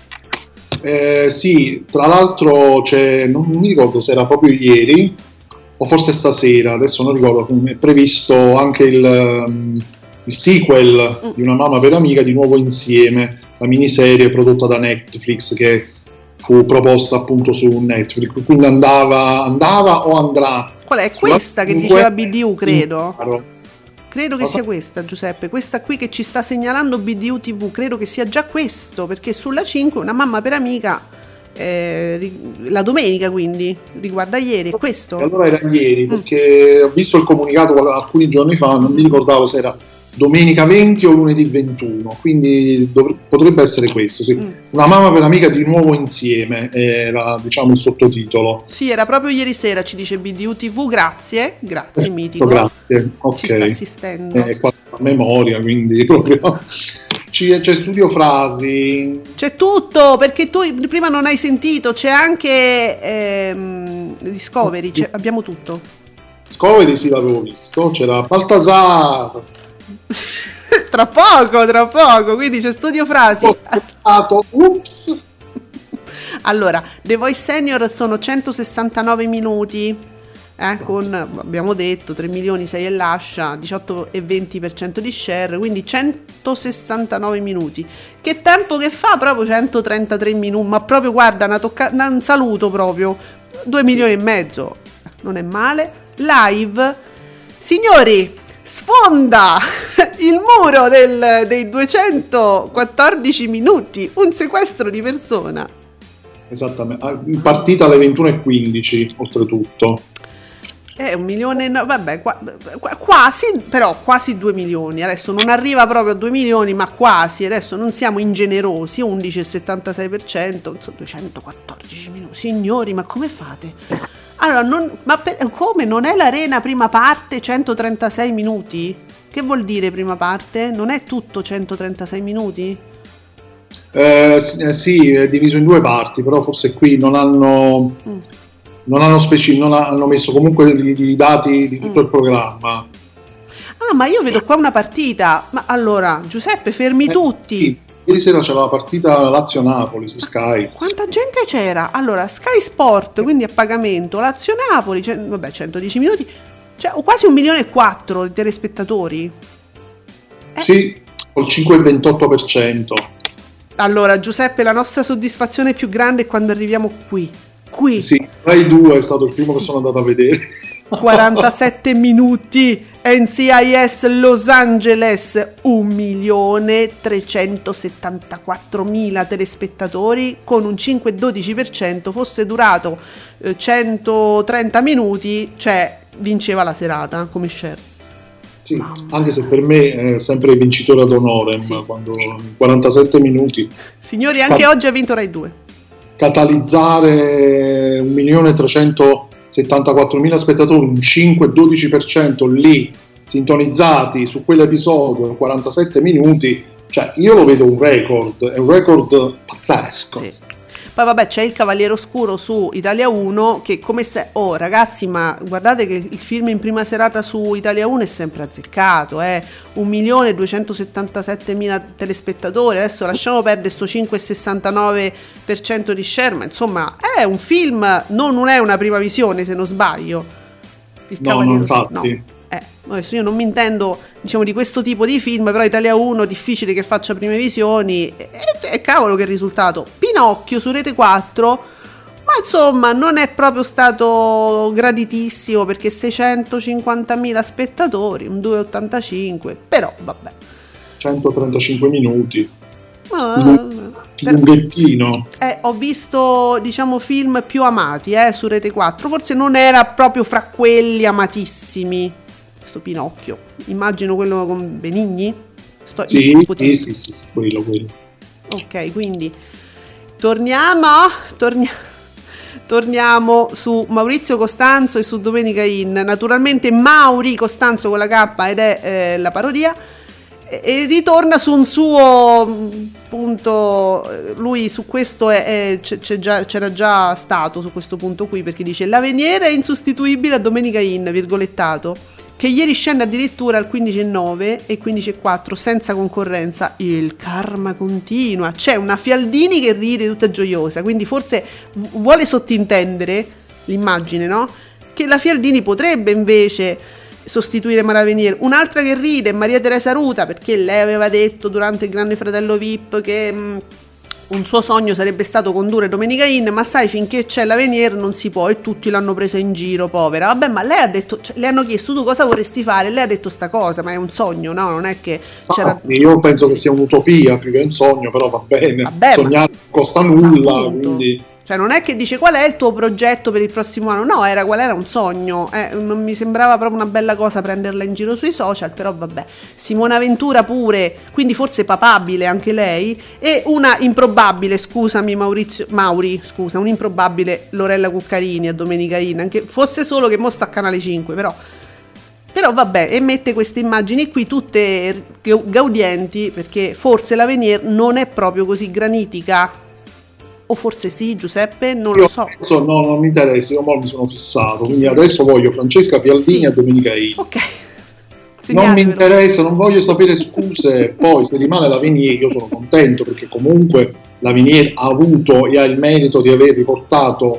Eh, sì, tra l'altro c'è, non mi ricordo se era proprio ieri o forse stasera, adesso non ricordo, è previsto anche il, il sequel mm. di Una mamma per amica, di nuovo insieme, la miniserie prodotta da Netflix che fu proposta appunto su Netflix, quindi andava, andava o andrà. Qual è questa che diceva B D U, credo? Credo che sia questa, Giuseppe, questa qui che ci sta segnalando B D U T V, credo che sia già questo, perché sulla cinque Una mamma per amica, eh, la domenica, quindi riguarda ieri, è questo? Allora era ieri, perché mm. ho visto il comunicato alcuni giorni fa, non mi ricordavo se era domenica venti o lunedì ventuno, quindi dov- potrebbe essere questo, sì. Mm. Una mamma per amica di nuovo insieme era, diciamo, il sottotitolo. Sì, era proprio ieri sera, ci dice B D U T V, grazie, grazie, eh, mitico. Grazie, ok. Ci sta assistendo. Eh, qua a memoria, quindi proprio... C'è, c'è Studio Frasi. C'è tutto, perché tu prima non hai sentito, c'è anche ehm, Discovery, c'è, abbiamo tutto. Discovery sì, l'avevo visto, c'era Baltasar. Tra poco, tra poco, quindi c'è Studio Frasi. Ups. Allora, The Voice Senior sono centosessantanove minuti, eh, con, abbiamo detto, tre milioni sei e lascia, diciotto e venti per cento di share, quindi centosessantanove minuti. Che tempo che fa? Proprio centotrentatré minuti, ma proprio guarda, una tocca- un saluto proprio, due milioni e mezzo, non è male. Live, signori, sfonda il muro del, dei duecentoquattordici minuti, un sequestro di persona. Esattamente, in partita alle ventuno e quindici oltretutto. È un milione, no, vabbè, qua, qua, quasi, però quasi due milioni. Adesso non arriva proprio a due milioni, ma quasi. Adesso non siamo ingenerosi, undici virgola settantasei per cento, duecentoquattordici minuti. Signori, ma come fate? Allora, non, ma per, come? Non è l'Arena prima parte centotrentasei minuti? Che vuol dire prima parte? Non è tutto centotrentasei minuti? Eh, sì, è diviso in due parti, però forse qui non hanno... Mm. Non hanno, speci- non hanno messo comunque i, i dati di tutto mm. il programma. Ah, ma io vedo qua una partita. Ma allora, Giuseppe, fermi eh, tutti. Sì. Ieri sera c'era la partita Lazio-Napoli su Sky. Quanta gente c'era? Allora, Sky Sport, quindi a pagamento, Lazio-Napoli, cioè, vabbè, centodieci minuti, cioè quasi un milione e quattro di telespettatori. Eh. Sì, col cinque virgola ventotto per cento. Allora, Giuseppe, la nostra soddisfazione più grande è quando arriviamo qui. Qui. Sì, Rai due è stato il primo sì. che sono andato a vedere. quarantasette minuti, N C I S Los Angeles, un milione trecentosettantaquattromila telespettatori con un cinque virgola dodici per cento. Fosse durato eh, centotrenta minuti, cioè vinceva la serata come share. Sì, anche se per me è sempre il vincitore ad honorem, sì. quando quarantasette minuti. Signori, anche Cat- oggi ha vinto Rai due. Catalizzare un milione trecentosettantaquattromila spettatori, un cinque virgola dodici per cento lì sintonizzati su quell'episodio, quarantasette minuti, cioè io lo vedo un record, è un record pazzesco. Sì. Poi vabbè, c'è il Cavaliere Oscuro su Italia uno che come se... Oh ragazzi, ma guardate che il film in prima serata su Italia uno è sempre azzeccato, eh? un milione duecentosettantasettemila telespettatori, adesso lasciamo perdere sto cinque virgola sessantanove per cento di share, ma insomma è un film, non, non è una prima visione se non sbaglio. Il no, no, infatti. No. Eh, adesso io non mi intendo, diciamo, di questo tipo di film, però Italia uno difficile che faccia prime visioni e, e, e cavolo che risultato. Pinocchio su Rete quattro, ma insomma non è proprio stato graditissimo perché seicentocinquantamila spettatori, un due virgola ottantacinque, però vabbè, centotrentacinque minuti, ah, lunghettino. Eh, ho visto, diciamo, film più amati eh, su Rete quattro, forse non era proprio fra quelli amatissimi. Pinocchio, immagino quello con Benigni. Sto sì, sì, sì, sì, sì, quello, quello. Ok, quindi torniamo, torniamo, torniamo su Maurizio Costanzo e su Domenica In. Naturalmente Mauri Costanzo con la K ed è eh, la parodia. E, e ritorna su un suo punto. Lui su questo è, è, c'è, c'è già, c'era già stato su questo punto qui, perché dice: l'Aveniere è insostituibile a Domenica In, virgolettato, che ieri scende addirittura al quindici virgola nove e quindici virgola quattro senza concorrenza. Il karma continua. C'è una Fialdini che ride tutta gioiosa, quindi forse vuole sottintendere l'immagine, no? Che la Fialdini potrebbe invece sostituire Maravenier. Un'altra che ride è Maria Teresa Ruta, perché lei aveva detto durante il Grande Fratello V I P che mh, un suo sogno sarebbe stato condurre Domenica In, ma sai, finché c'è l'Avenier non si può, e tutti l'hanno presa in giro, povera. Vabbè, ma lei ha detto, cioè, le hanno chiesto tu cosa vorresti fare, lei ha detto sta cosa, ma è un sogno, no? Non è che c'era... Ah, io penso che sia un'utopia più che un sogno, però va bene. Vabbè, sognare non costa nulla, quindi... Cioè non è che dice qual è il tuo progetto per il prossimo anno, no, era qual era un sogno, eh, non mi sembrava proprio una bella cosa prenderla in giro sui social, però vabbè. Simona Ventura pure, quindi forse papabile anche lei, e una improbabile, scusami Maurizio, Mauri, scusa, un'improbabile Lorella Cuccarini a Domenica In, anche fosse solo che mo sta a Canale cinque, però Però vabbè, e mette queste immagini qui tutte gaudienti, perché forse l'Avenier non è proprio così granitica. O forse sì, Giuseppe, non io lo so. Penso, no, non mi interessa, io mo mi sono fissato, Chi quindi sei? Adesso voglio Francesca Fialdini sì, a Domenica In. Ok. Segnale, non mi interessa, non voglio sapere scuse. Poi se rimane l'Avenier io sono contento, perché comunque l'Avenier ha avuto e ha il merito di aver riportato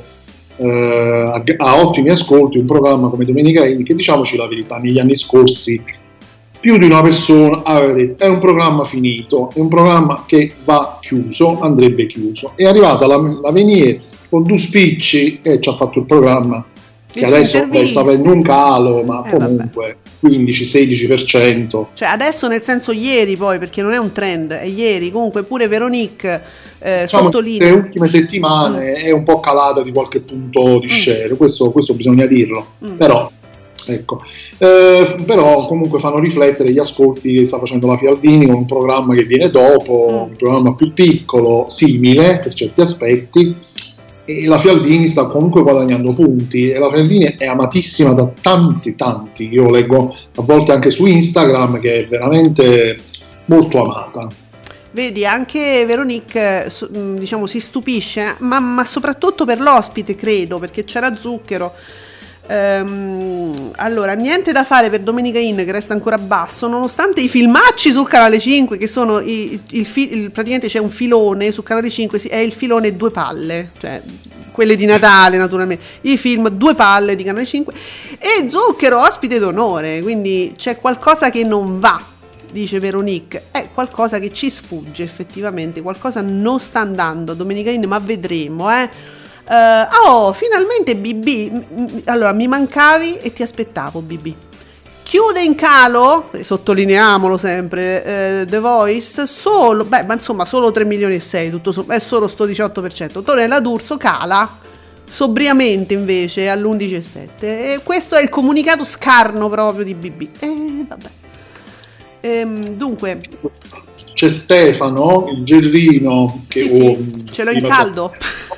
eh, a, a ottimi ascolti un programma come Domenica In, che, diciamoci la verità, negli anni scorsi più di una persona aveva detto è un programma finito, è un programma che va chiuso, andrebbe chiuso. È arrivata la, l'Avenier con due spicci e ci ha fatto il programma, che adesso sta avendo un calo, ma eh, comunque vabbè. quindici sedici per cento. Cioè adesso nel senso ieri poi, perché non è un trend, è ieri, comunque pure Veronique eh, diciamo sottolinea. Le ultime settimane mm. è un po' calata di qualche punto di share, mm. questo, questo bisogna dirlo, mm. però ecco, eh, però comunque fanno riflettere gli ascolti che sta facendo la Fialdini con un programma che viene dopo, mm. un programma più piccolo, simile per certi aspetti, e la Fialdini sta comunque guadagnando punti, e la Fialdini è amatissima da tanti tanti, io leggo a volte anche su Instagram che è veramente molto amata. Vedi, anche Veronique diciamo si stupisce, ma, ma soprattutto per l'ospite, credo, perché c'era Zucchero. Ehm, allora, niente da fare per Domenica In, che resta ancora basso, nonostante i filmacci sul canale cinque, che sono i, il, il, il, praticamente c'è un filone su canale cinque, è il filone Due Palle, cioè quelle di Natale naturalmente, i film Due Palle di canale cinque, e Zucchero ospite d'onore, quindi c'è qualcosa che non va, dice Veronique, è qualcosa che ci sfugge effettivamente, qualcosa non sta andando Domenica In, ma vedremo, eh. Uh, oh, finalmente B B, allora mi mancavi e ti aspettavo B B. Chiude in calo, sottolineiamolo sempre, eh, The Voice, solo, beh, ma insomma solo tre milioni e sei, tutto so, è solo sto diciotto per cento. Tonella D'Urso cala sobriamente invece all'undici virgola sette, e questo è il comunicato scarno proprio di B B. Eh, vabbè. Ehm, dunque c'è Stefano, il Gerrino, che sì, oh, sì, ce l'ho in caldo.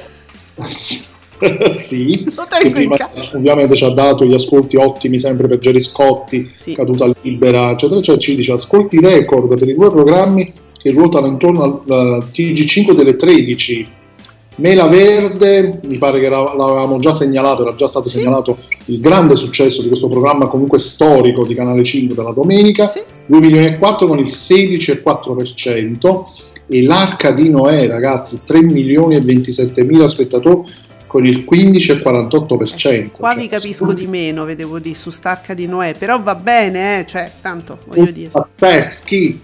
Sì, che prima ovviamente ci ha dato gli ascolti ottimi sempre per Gerry Scotti, sì. Caduta libera eccetera eccetera, ci dice ascolti record per i due programmi che ruotano intorno al uh, T G cinque delle tredici. Mela Verde, mi pare che era, l'avevamo già segnalato, era già stato sì. segnalato il grande successo di questo programma comunque storico di Canale cinque della domenica, sì. due milioni e quattro con il sedici virgola quattro per cento, e l'Arca di Noè, ragazzi, tre milioni e ventisette mila spettatori con il quindici virgola quarantotto per cento. Qua cioè, vi capisco di meno, vedevo di su st'Arca di Noè, però va bene, eh, cioè tanto voglio dire. Pazzeschi.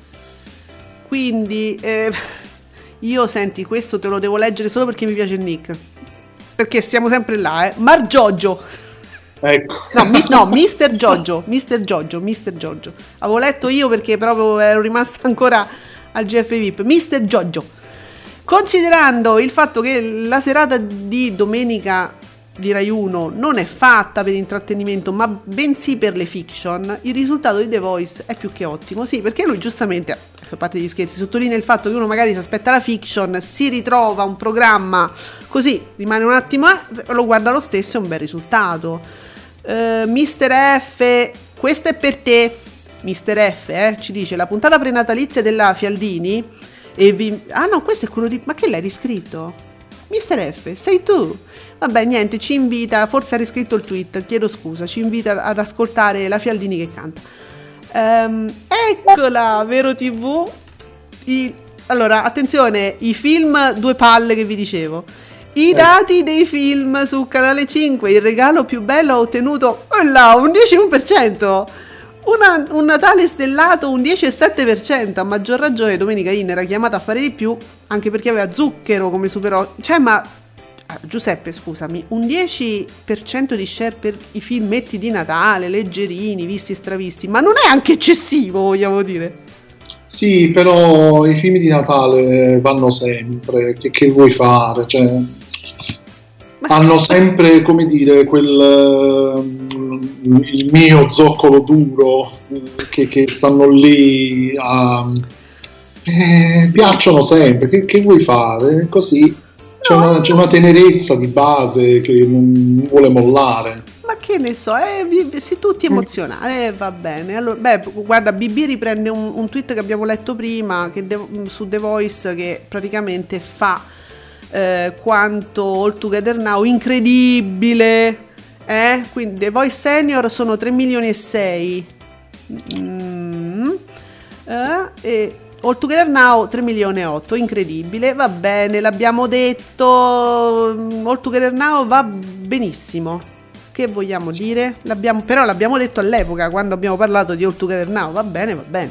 Quindi eh, io senti, questo te lo devo leggere solo perché mi piace il nick, perché siamo sempre là, eh. Margiogio. Ecco. No, mis- no, mister Giorgio, mister Giorgio, mister Giorgio. Avevo letto io perché proprio ero rimasta ancora al G F V I P, mister Giorgio. Considerando il fatto che la serata di domenica di Rai uno non è fatta per intrattenimento, ma bensì per le fiction, il risultato di The Voice è più che ottimo. Sì, perché lui giustamente, a parte gli scherzi, sottolinea il fatto che uno magari si aspetta la fiction, si ritrova un programma così, rimane un attimo, eh, lo guarda lo stesso, è un bel risultato. Uh, mister F, questo è per te. mister F eh, ci dice la puntata prenatalizia della Fialdini e vi... ah no, questo è quello di... ma che l'hai riscritto? mister F, sei tu? Vabbè, niente, ci invita, forse ha riscritto il tweet, chiedo scusa, ci invita ad ascoltare la Fialdini che canta. Um, eccola, Vero tivù. I... allora, attenzione, i film Due Palle che vi dicevo, i dati dei film su Canale cinque, il regalo più bello ha ottenuto oh là, un dieci virgola uno per cento. Una, un Natale stellato, un dieci virgola sette per cento. A maggior ragione Domenica In era chiamata a fare di più, anche perché aveva Zucchero come super, cioè, ma Giuseppe, scusami, un dieci per cento di share per i filmetti di Natale, leggerini, visti e stravisti, ma non è anche eccessivo, vogliamo dire? Sì, però i film di Natale vanno sempre, che, che vuoi fare? Cioè, hanno sempre, come dire, quel il mio zoccolo duro che, che stanno lì a, eh, piacciono sempre, che, che vuoi fare? Così c'è, no. una, c'è una tenerezza di base che non vuole mollare. Ma che ne so, eh, si tutti emozionati, eh, va bene. Allora, beh, guarda, B B riprende un, un tweet che abbiamo letto prima che de, su The Voice, che praticamente fa eh, quanto All Together Now, incredibile. Eh? Quindi The Voice Senior sono tre milioni e sei, mm. eh? e All Together Now tre milioni e otto, incredibile, va bene, l'abbiamo detto, All Together Now va benissimo, che vogliamo dire? L'abbiamo, però l'abbiamo detto all'epoca quando abbiamo parlato di All Together Now, va bene, va bene.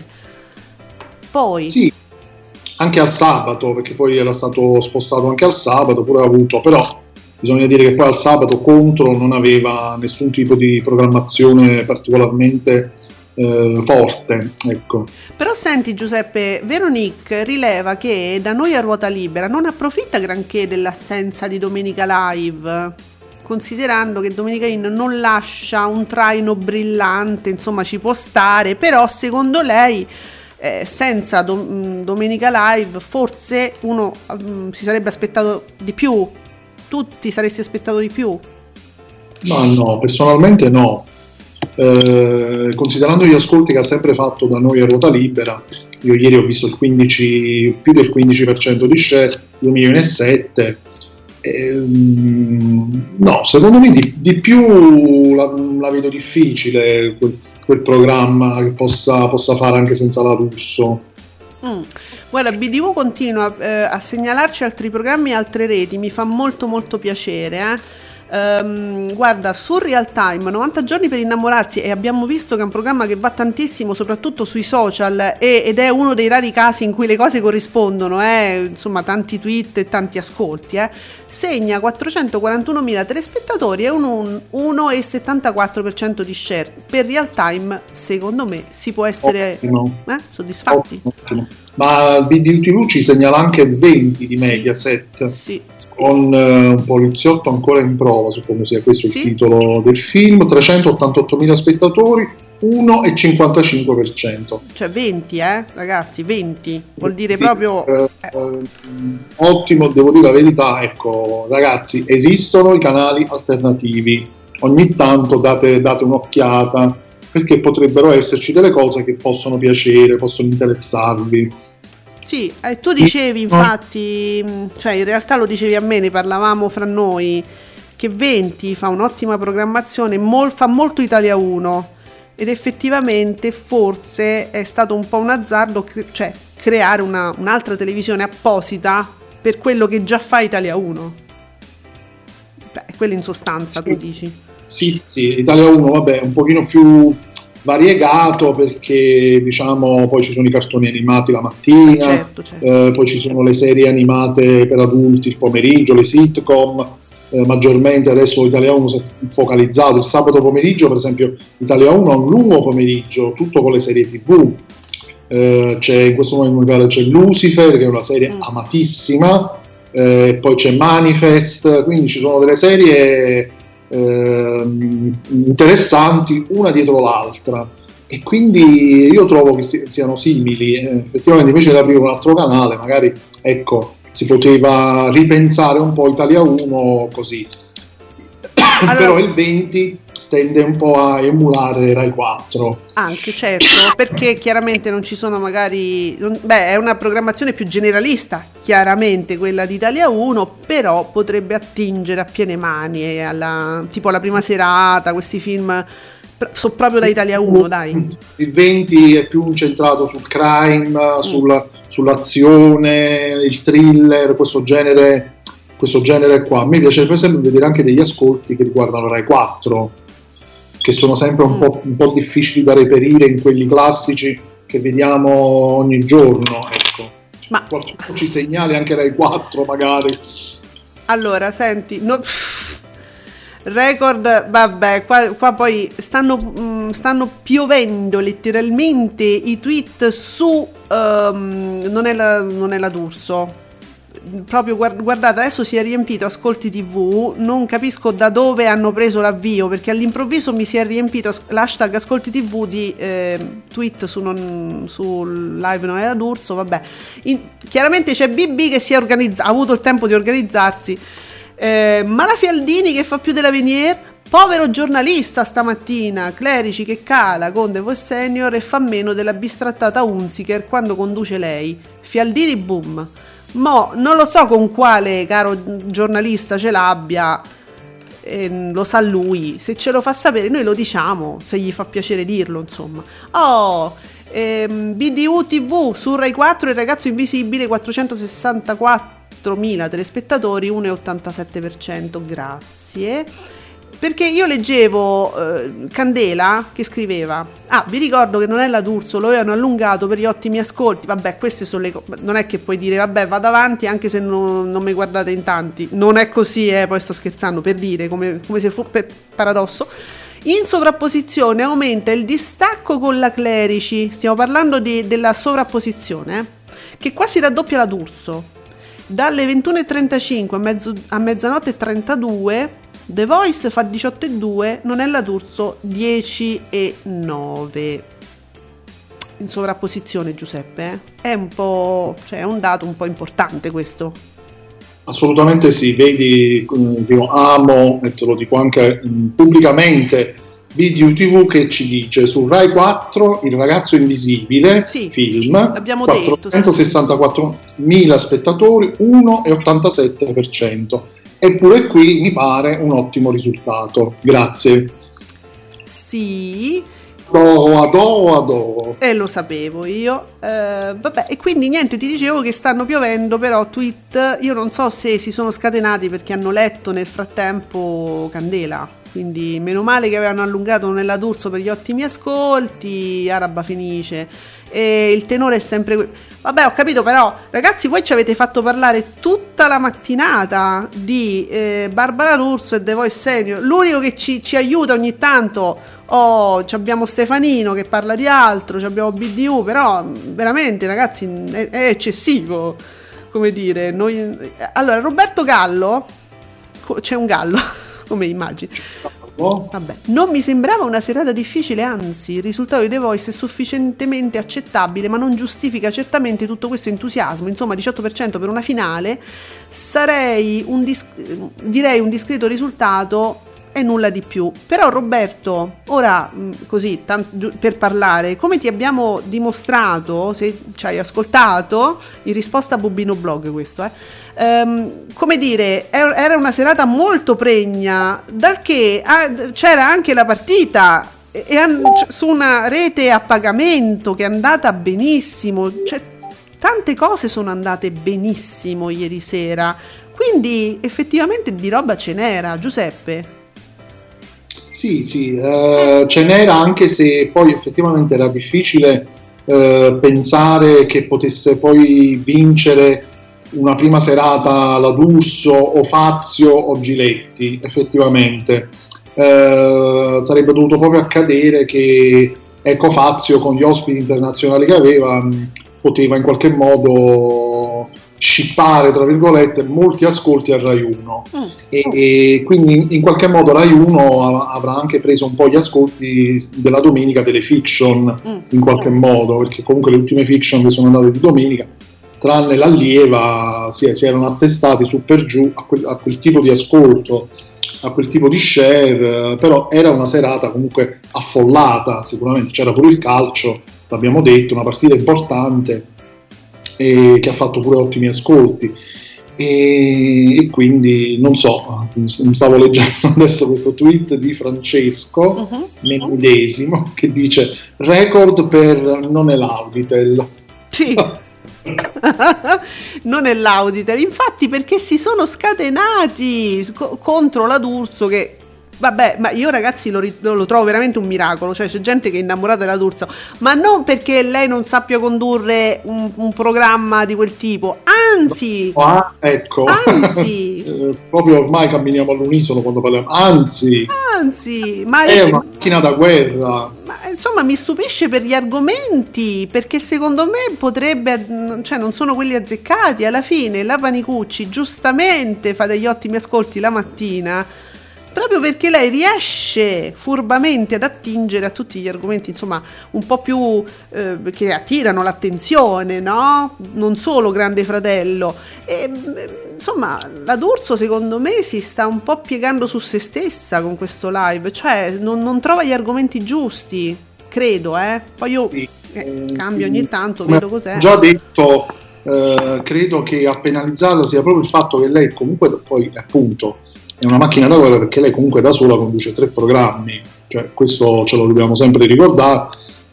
Poi sì, anche al sabato, perché poi era stato spostato anche al sabato, pure ha avuto, però bisogna dire che poi al sabato Contro non aveva nessun tipo di programmazione particolarmente eh, forte, ecco. Però senti Giuseppe, Veronique rileva che da Noi a ruota libera non approfitta granché dell'assenza di Domenica Live, considerando che Domenica In non lascia un traino brillante, insomma ci può stare, però secondo lei eh, senza do- Domenica Live forse uno um, si sarebbe aspettato di più, tu ti saresti aspettato di più? Ma no, personalmente no. Eh, considerando gli ascolti che ha sempre fatto da Noi a ruota libera, io ieri ho visto il quindici, più del quindici per cento di share, due milioni e sette. Ehm, no, secondo me di, di più la, la vedo difficile quel, quel programma che possa, possa fare anche senza la D'Urso. Mm. Guarda, B D V continua eh, a segnalarci altri programmi e altre reti, mi fa molto molto piacere, eh. Um, guarda, su Real Time novanta giorni per innamorarsi, e abbiamo visto che è un programma che va tantissimo soprattutto sui social, e, ed è uno dei rari casi in cui le cose corrispondono, eh? Insomma tanti tweet e tanti ascolti, eh? Segna quattrocentoquarantunomila telespettatori e un, un uno virgola settantaquattro per cento di share. Per Real Time secondo me si può essere eh, soddisfatti. Ottimo. Ma B D T V ci segnala anche venti di Mediaset, sì, sì. Con uh, un poliziotto ancora in prova, suppongo sia questo sì. Il titolo del film, trecentottantottomila spettatori, uno virgola cinquantacinque per cento. Cioè venti, eh ragazzi, venti, vuol dire sì, proprio... Eh, eh. Ottimo, devo dire la verità, ecco ragazzi, esistono i canali alternativi, ogni tanto date, date un'occhiata, perché potrebbero esserci delle cose che possono piacere, possono interessarvi. Sì, eh, tu dicevi infatti, cioè in realtà lo dicevi a me, ne parlavamo fra noi, che venti fa un'ottima programmazione, mol, fa molto Italia uno, ed effettivamente forse è stato un po' un azzardo, cre- cioè creare una, un'altra televisione apposita per quello che già fa Italia uno. Beh, quello in sostanza, sì. Tu dici? Sì, sì, Italia uno vabbè è un pochino più variegato, perché diciamo poi ci sono i cartoni animati la mattina, certo, certo. Eh, poi ci sono le serie animate per adulti il pomeriggio, le sitcom, eh, maggiormente adesso Italia uno si è focalizzato il sabato pomeriggio, per esempio Italia uno ha un lungo pomeriggio tutto con le serie tv, eh, c'è in questo momento c'è Lucifer che è una serie mm. amatissima, eh, poi c'è Manifest, quindi ci sono delle serie Eh, interessanti una dietro l'altra, e quindi io trovo che si, siano simili, eh, effettivamente invece di aprire un altro canale magari ecco si poteva ripensare un po' Italia uno così. Allora, però il venti tende un po' a emulare Rai quattro anche, certo, perché chiaramente non ci sono magari non, beh è una programmazione più generalista chiaramente quella di Italia uno, però potrebbe attingere a piene mani e alla, tipo alla prima serata, questi film sono proprio sì, da Italia uno, dai. Il venti è più incentrato sul crime, mm. sul, sull'azione, il thriller, questo genere questo genere qua. A me piace per esempio vedere anche degli ascolti che riguardano Rai quattro, che sono sempre un po', un po' difficili da reperire in quelli classici che vediamo ogni giorno, ecco. Ma qualcuno ci segnali anche Rai quattro magari. Allora senti no, record vabbè qua, qua poi stanno, mh, stanno piovendo letteralmente i tweet su um, non è la, non è la D'Urso, proprio guardate adesso si è riempito ascolti tv, non capisco da dove hanno preso l'avvio, perché all'improvviso mi si è riempito l'hashtag ascolti tv di eh, tweet su, non, su live non era D'Urso, vabbè. In, chiaramente c'è B B che si è organizzato, ha avuto il tempo di organizzarsi, eh, ma la Fialdini che fa più della Venier, povero giornalista stamattina, Clerici che cala con The Voice Senior e fa meno della bistrattata Hunziker quando conduce lei, Fialdini boom. Mo non lo so con quale caro giornalista ce l'abbia, eh, lo sa lui, se ce lo fa sapere noi lo diciamo, se gli fa piacere dirlo, insomma. Oh, ehm, B D U T V su Rai quattro, Il ragazzo invisibile, quattrocentosessantaquattromila telespettatori, uno virgola ottantasette per cento, grazie. Perché io leggevo eh, Candela che scriveva: ah, vi ricordo che non è la D'Urso, lo avevano allungato per gli ottimi ascolti. Vabbè, queste sono le cose, non è che puoi dire vabbè vado avanti anche se non, non mi guardate in tanti, non è così, eh, poi sto scherzando, per dire come, come se fu per paradosso. In sovrapposizione aumenta il distacco con la Clerici, stiamo parlando di, della sovrapposizione, eh, che quasi raddoppia la D'Urso. Dalle ventuno e trentacinque a, mezzo, a mezzanotte e trentadue The Voice fa diciotto e due, Non è la D'Urso dieci e nove. In sovrapposizione, Giuseppe, eh? È un po', cioè è un dato un po' importante questo. Assolutamente sì, vedi, io amo, e te lo dico anche mh, pubblicamente, B D U T V che ci dice su Rai quattro Il ragazzo invisibile, sì, film, abbiamo quattrocentosessantaquattromila spettatori, uno virgola ottantasette per cento. Eppure qui mi pare un ottimo risultato. Grazie. Sì. Adoro, adoro, adoro. E eh, lo sapevo io. Eh, vabbè, e quindi niente, ti dicevo che stanno piovendo però tweet, io non so se si sono scatenati perché hanno letto nel frattempo Candela. Quindi meno male che avevano allungato nella D'Urso per gli ottimi ascolti, Araba Fenice. E il tenore è sempre quello. Vabbè, ho capito, però ragazzi, voi ci avete fatto parlare tutta la mattinata di eh, Barbara D'Urso e The Voice Senior. L'unico che ci, ci aiuta ogni tanto, oh, abbiamo Stefanino che parla di altro, abbiamo B D U, però veramente ragazzi è, è eccessivo, come dire. Noi... Allora, Roberto Gallo, c'è un gallo come immagini. Vabbè, non mi sembrava una serata difficile, anzi il risultato di The Voice è sufficientemente accettabile, ma non giustifica certamente tutto questo entusiasmo. Insomma, diciotto per cento per una finale, sarei un dis- direi un discreto risultato e nulla di più. Però Roberto, ora così tanto, per parlare, come ti abbiamo dimostrato, se ci hai ascoltato, in risposta a Bubino Blog questo, eh Um, come dire, era una serata molto pregna, dal che ah, c'era anche la partita e, e an- su una rete a pagamento che è andata benissimo, cioè tante cose sono andate benissimo ieri sera, quindi effettivamente di roba ce n'era, Giuseppe. Sì, sì, eh, ce n'era, anche se poi effettivamente era difficile eh, pensare che potesse poi vincere una prima serata la D'Urso o Fazio o Giletti. Effettivamente eh, sarebbe dovuto proprio accadere che, ecco, Fazio con gli ospiti internazionali che aveva mh, poteva in qualche modo scippare, tra virgolette, molti ascolti a Rai uno mm. e, e quindi in qualche modo Rai uno avrà anche preso un po' gli ascolti della domenica delle fiction, mm. in qualche modo, perché comunque le ultime fiction che sono andate di domenica, tranne l'allieva, si, si erano attestati su per giù a quel, a quel tipo di ascolto, a quel tipo di share, però era una serata comunque affollata, sicuramente c'era pure il calcio, l'abbiamo detto, una partita importante e che ha fatto pure ottimi ascolti e, e quindi non so, stavo leggendo adesso questo tweet di Francesco uh-huh. Medesimo che dice record per Non è l'Auditel. Sì. Non è l'Auditel, infatti, perché si sono scatenati sc- contro la D'Urso, che vabbè, ma io ragazzi lo, lo trovo veramente un miracolo, cioè c'è gente che è innamorata della D'Urso, ma non perché lei non sappia condurre un, un programma di quel tipo, anzi ah, ecco anzi eh, proprio ormai camminiamo all'unisono quando parliamo, anzi anzi ma è una macchina da guerra. Ma insomma mi stupisce per gli argomenti, perché secondo me potrebbe, cioè non sono quelli azzeccati. Alla fine la Panicucci giustamente fa degli ottimi ascolti la mattina, proprio perché lei riesce furbamente ad attingere a tutti gli argomenti, insomma, un po' più eh, che attirano l'attenzione, no? Non solo Grande Fratello. E, insomma, la D'Urso secondo me si sta un po' piegando su se stessa con questo live, cioè non, non trova gli argomenti giusti, credo, eh. Poi io sì, eh, cambio ogni tanto, vedo cos'è. Già detto, eh, credo che a penalizzarla sia proprio il fatto che lei comunque poi appunto è una macchina da guerra, perché lei comunque da sola conduce tre programmi, cioè questo ce lo dobbiamo sempre ricordare,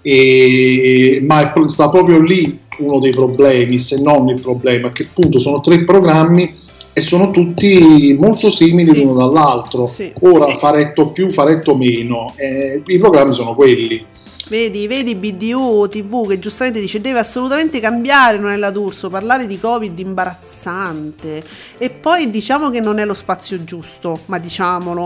e, ma è, sta proprio lì uno dei problemi, se non il problema, che appunto sono tre programmi e sono tutti molto simili sì. l'uno dall'altro, sì. Ora sì. Faretto più, faretto meno, eh, i programmi sono quelli. Vedi, vedi B D U T V che giustamente dice deve assolutamente cambiare, non è la D'Urso, parlare di Covid imbarazzante, e poi diciamo che non è lo spazio giusto, ma diciamolo,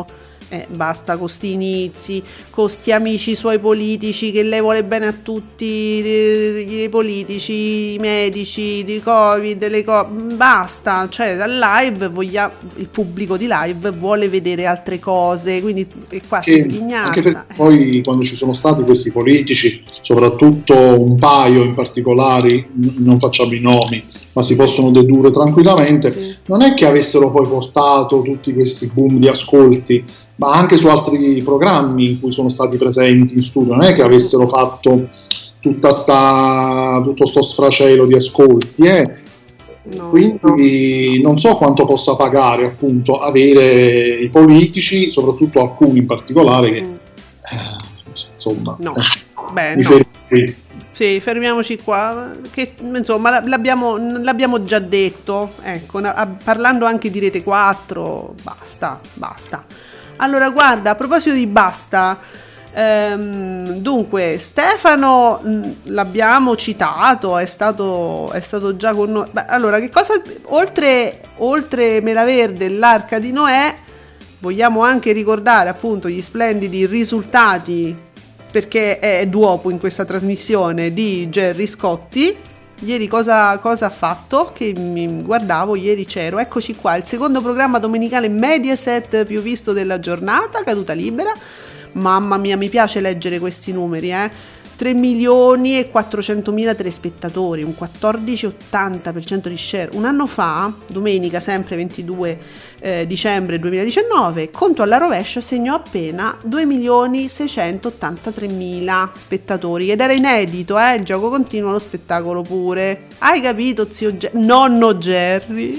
Eh, basta con sti inizi, con sti amici suoi politici che lei vuole bene a tutti i, i politici, i medici, di Covid, le co- basta, cioè al live voglia, il pubblico di live vuole vedere altre cose, quindi e qua che, si sghignazza. Anche perché poi quando ci sono stati questi politici, soprattutto un paio in particolare, non facciamo i nomi, ma si possono dedurre tranquillamente, sì. Non è che avessero poi portato tutti questi boom di ascolti, ma anche su altri programmi in cui sono stati presenti in studio, non è che avessero fatto tutta sta, tutto sto sfracello di ascolti, eh? No, quindi no. Non so quanto possa pagare appunto avere i politici, soprattutto alcuni in particolare, che mm. eh, insomma no. eh, Beh, mi no. fermo qui. Sì, fermiamoci qua, che insomma l'abbiamo, l'abbiamo già detto, ecco, parlando anche di Rete quattro, basta, basta. Allora guarda, a proposito di basta, ehm, dunque Stefano mh, l'abbiamo citato, è stato, è stato già con noi. Beh, allora che cosa, oltre, oltre Melaverde e l'Arca di Noè, vogliamo anche ricordare appunto gli splendidi risultati, perché è duopo in questa trasmissione, di Gerry Scotti. Ieri cosa, cosa ha fatto? Che mi guardavo, ieri c'ero, eccoci qua, il secondo programma domenicale Mediaset più visto della giornata, caduta libera. Mamma mia, mi piace leggere questi numeri, eh. tre milioni e quattrocentomila telespettatori, un quattordici virgola ottanta per cento di share. Un anno fa, domenica sempre ventidue eh, dicembre duemiladiciannove, Conto alla rovescia segnò appena due milioni seicentottantatremila spettatori, ed era inedito, eh, il gioco continuo, lo spettacolo pure. Hai capito, zio Ge- nonno Gerry?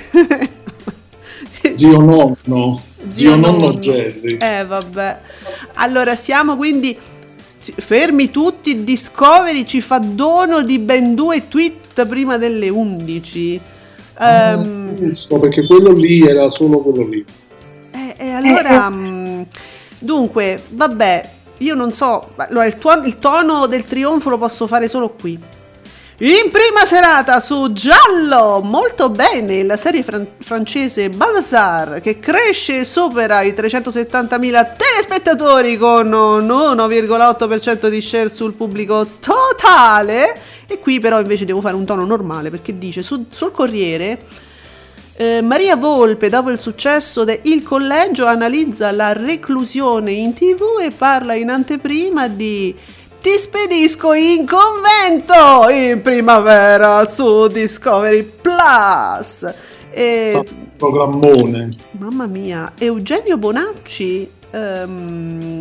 Zio nonno, zio, zio nonno, nonno Gerry. Eh vabbè. Allora siamo quindi fermi tutti, Discovery ci fa dono di ben due tweet prima delle undici. Ah, um, giusto, perché quello lì era solo quello lì. E eh, eh, allora, eh, mh, dunque, vabbè, io non so, allora il, tuo, il tono del trionfo lo posso fare solo qui. In prima serata su Giallo, molto bene, la serie fran- francese Balthazar, che cresce e supera i trecentosettantamila telespettatori con un uno virgola otto per cento di share sul pubblico totale. E qui però invece devo fare un tono normale, perché dice su, sul Corriere eh, Maria Volpe, dopo il successo de Il Collegio, analizza la reclusione in tv e parla in anteprima di Ti spedisco in convento in primavera su Discovery Plus. E programmone. Mamma mia, Eugenio Bonacci, um,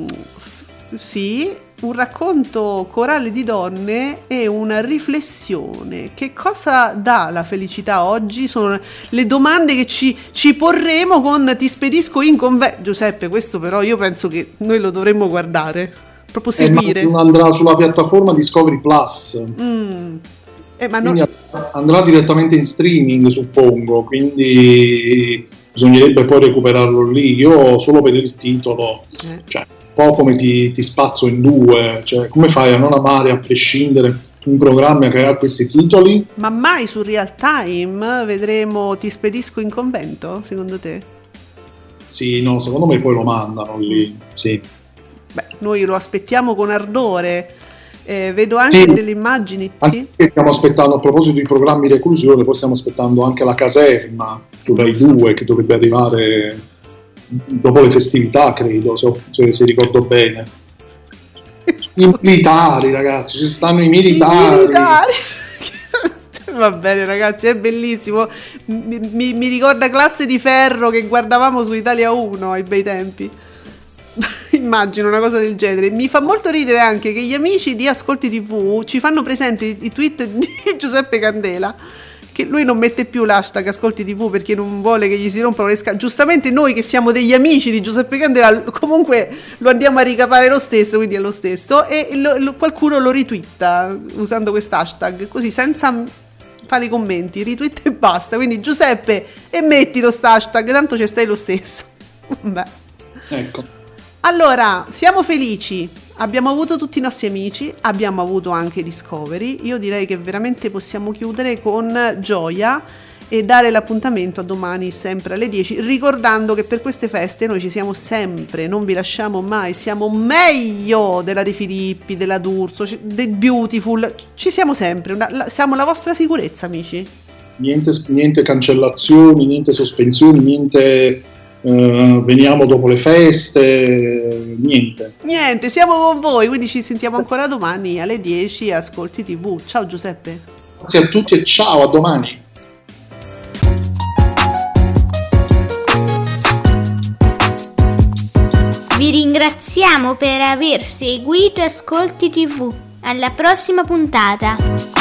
sì, un racconto corale di donne e una riflessione. Che cosa dà la felicità oggi? Sono le domande che ci, ci porremo con Ti spedisco in convento. Giuseppe, questo però io penso che noi lo dovremmo guardare, proprio seguire. Eh, andrà sulla piattaforma Discovery Plus. Mm. Eh, ma non... andrà direttamente in streaming, suppongo, quindi bisognerebbe poi recuperarlo lì. Io solo per il titolo, eh. cioè un po' come ti, ti spazzo in due, cioè come fai a non amare a prescindere un programma che ha questi titoli? Ma mai su Real Time vedremo Ti spedisco in convento, secondo te? Sì, no, secondo me poi lo mandano lì, sì. Beh, noi lo aspettiamo con ardore. Eh, vedo anche sì, delle immagini. Anche sì? Stiamo aspettando, a proposito di programmi di reclusione, poi stiamo aspettando anche la caserma su Rai due, che dovrebbe arrivare dopo le festività, credo, se, se, se ricordo bene. I militari, ragazzi, ci stanno i militari. I militari. Va bene, ragazzi, è bellissimo. Mi, mi, mi ricorda Classe di Ferro che guardavamo su Italia uno ai bei tempi. Immagino una cosa del genere. Mi fa molto ridere anche che gli amici di Ascolti tivù ci fanno presente i, i tweet di Giuseppe Candela, che lui non mette più l'hashtag Ascolti tivù perché non vuole che gli si rompano le scatole. Giustamente noi che siamo degli amici di Giuseppe Candela comunque lo andiamo a ricapare lo stesso, quindi è lo stesso, e lo, lo, qualcuno lo ritwitta usando quest'hashtag, così senza fare i commenti, ritwitta e basta. Quindi Giuseppe, e metti lo hashtag, tanto ci stai lo stesso. Beh, ecco. Allora, siamo felici, abbiamo avuto tutti i nostri amici, abbiamo avuto anche Discovery. Io direi che veramente possiamo chiudere con gioia e dare l'appuntamento a domani sempre alle dieci, ricordando che per queste feste noi ci siamo sempre, non vi lasciamo mai, siamo meglio della De Filippi, della D'Urso, del Beautiful, ci siamo sempre, una, la, siamo la vostra sicurezza, amici. Niente, niente cancellazioni, niente sospensioni, niente uh, veniamo dopo le feste, niente. Niente, siamo con voi, quindi ci sentiamo ancora domani alle dieci, Ascolti tivù. Ciao Giuseppe. Grazie a tutti e ciao, a domani. Vi ringraziamo per aver seguito Ascolti tivù. Alla prossima puntata.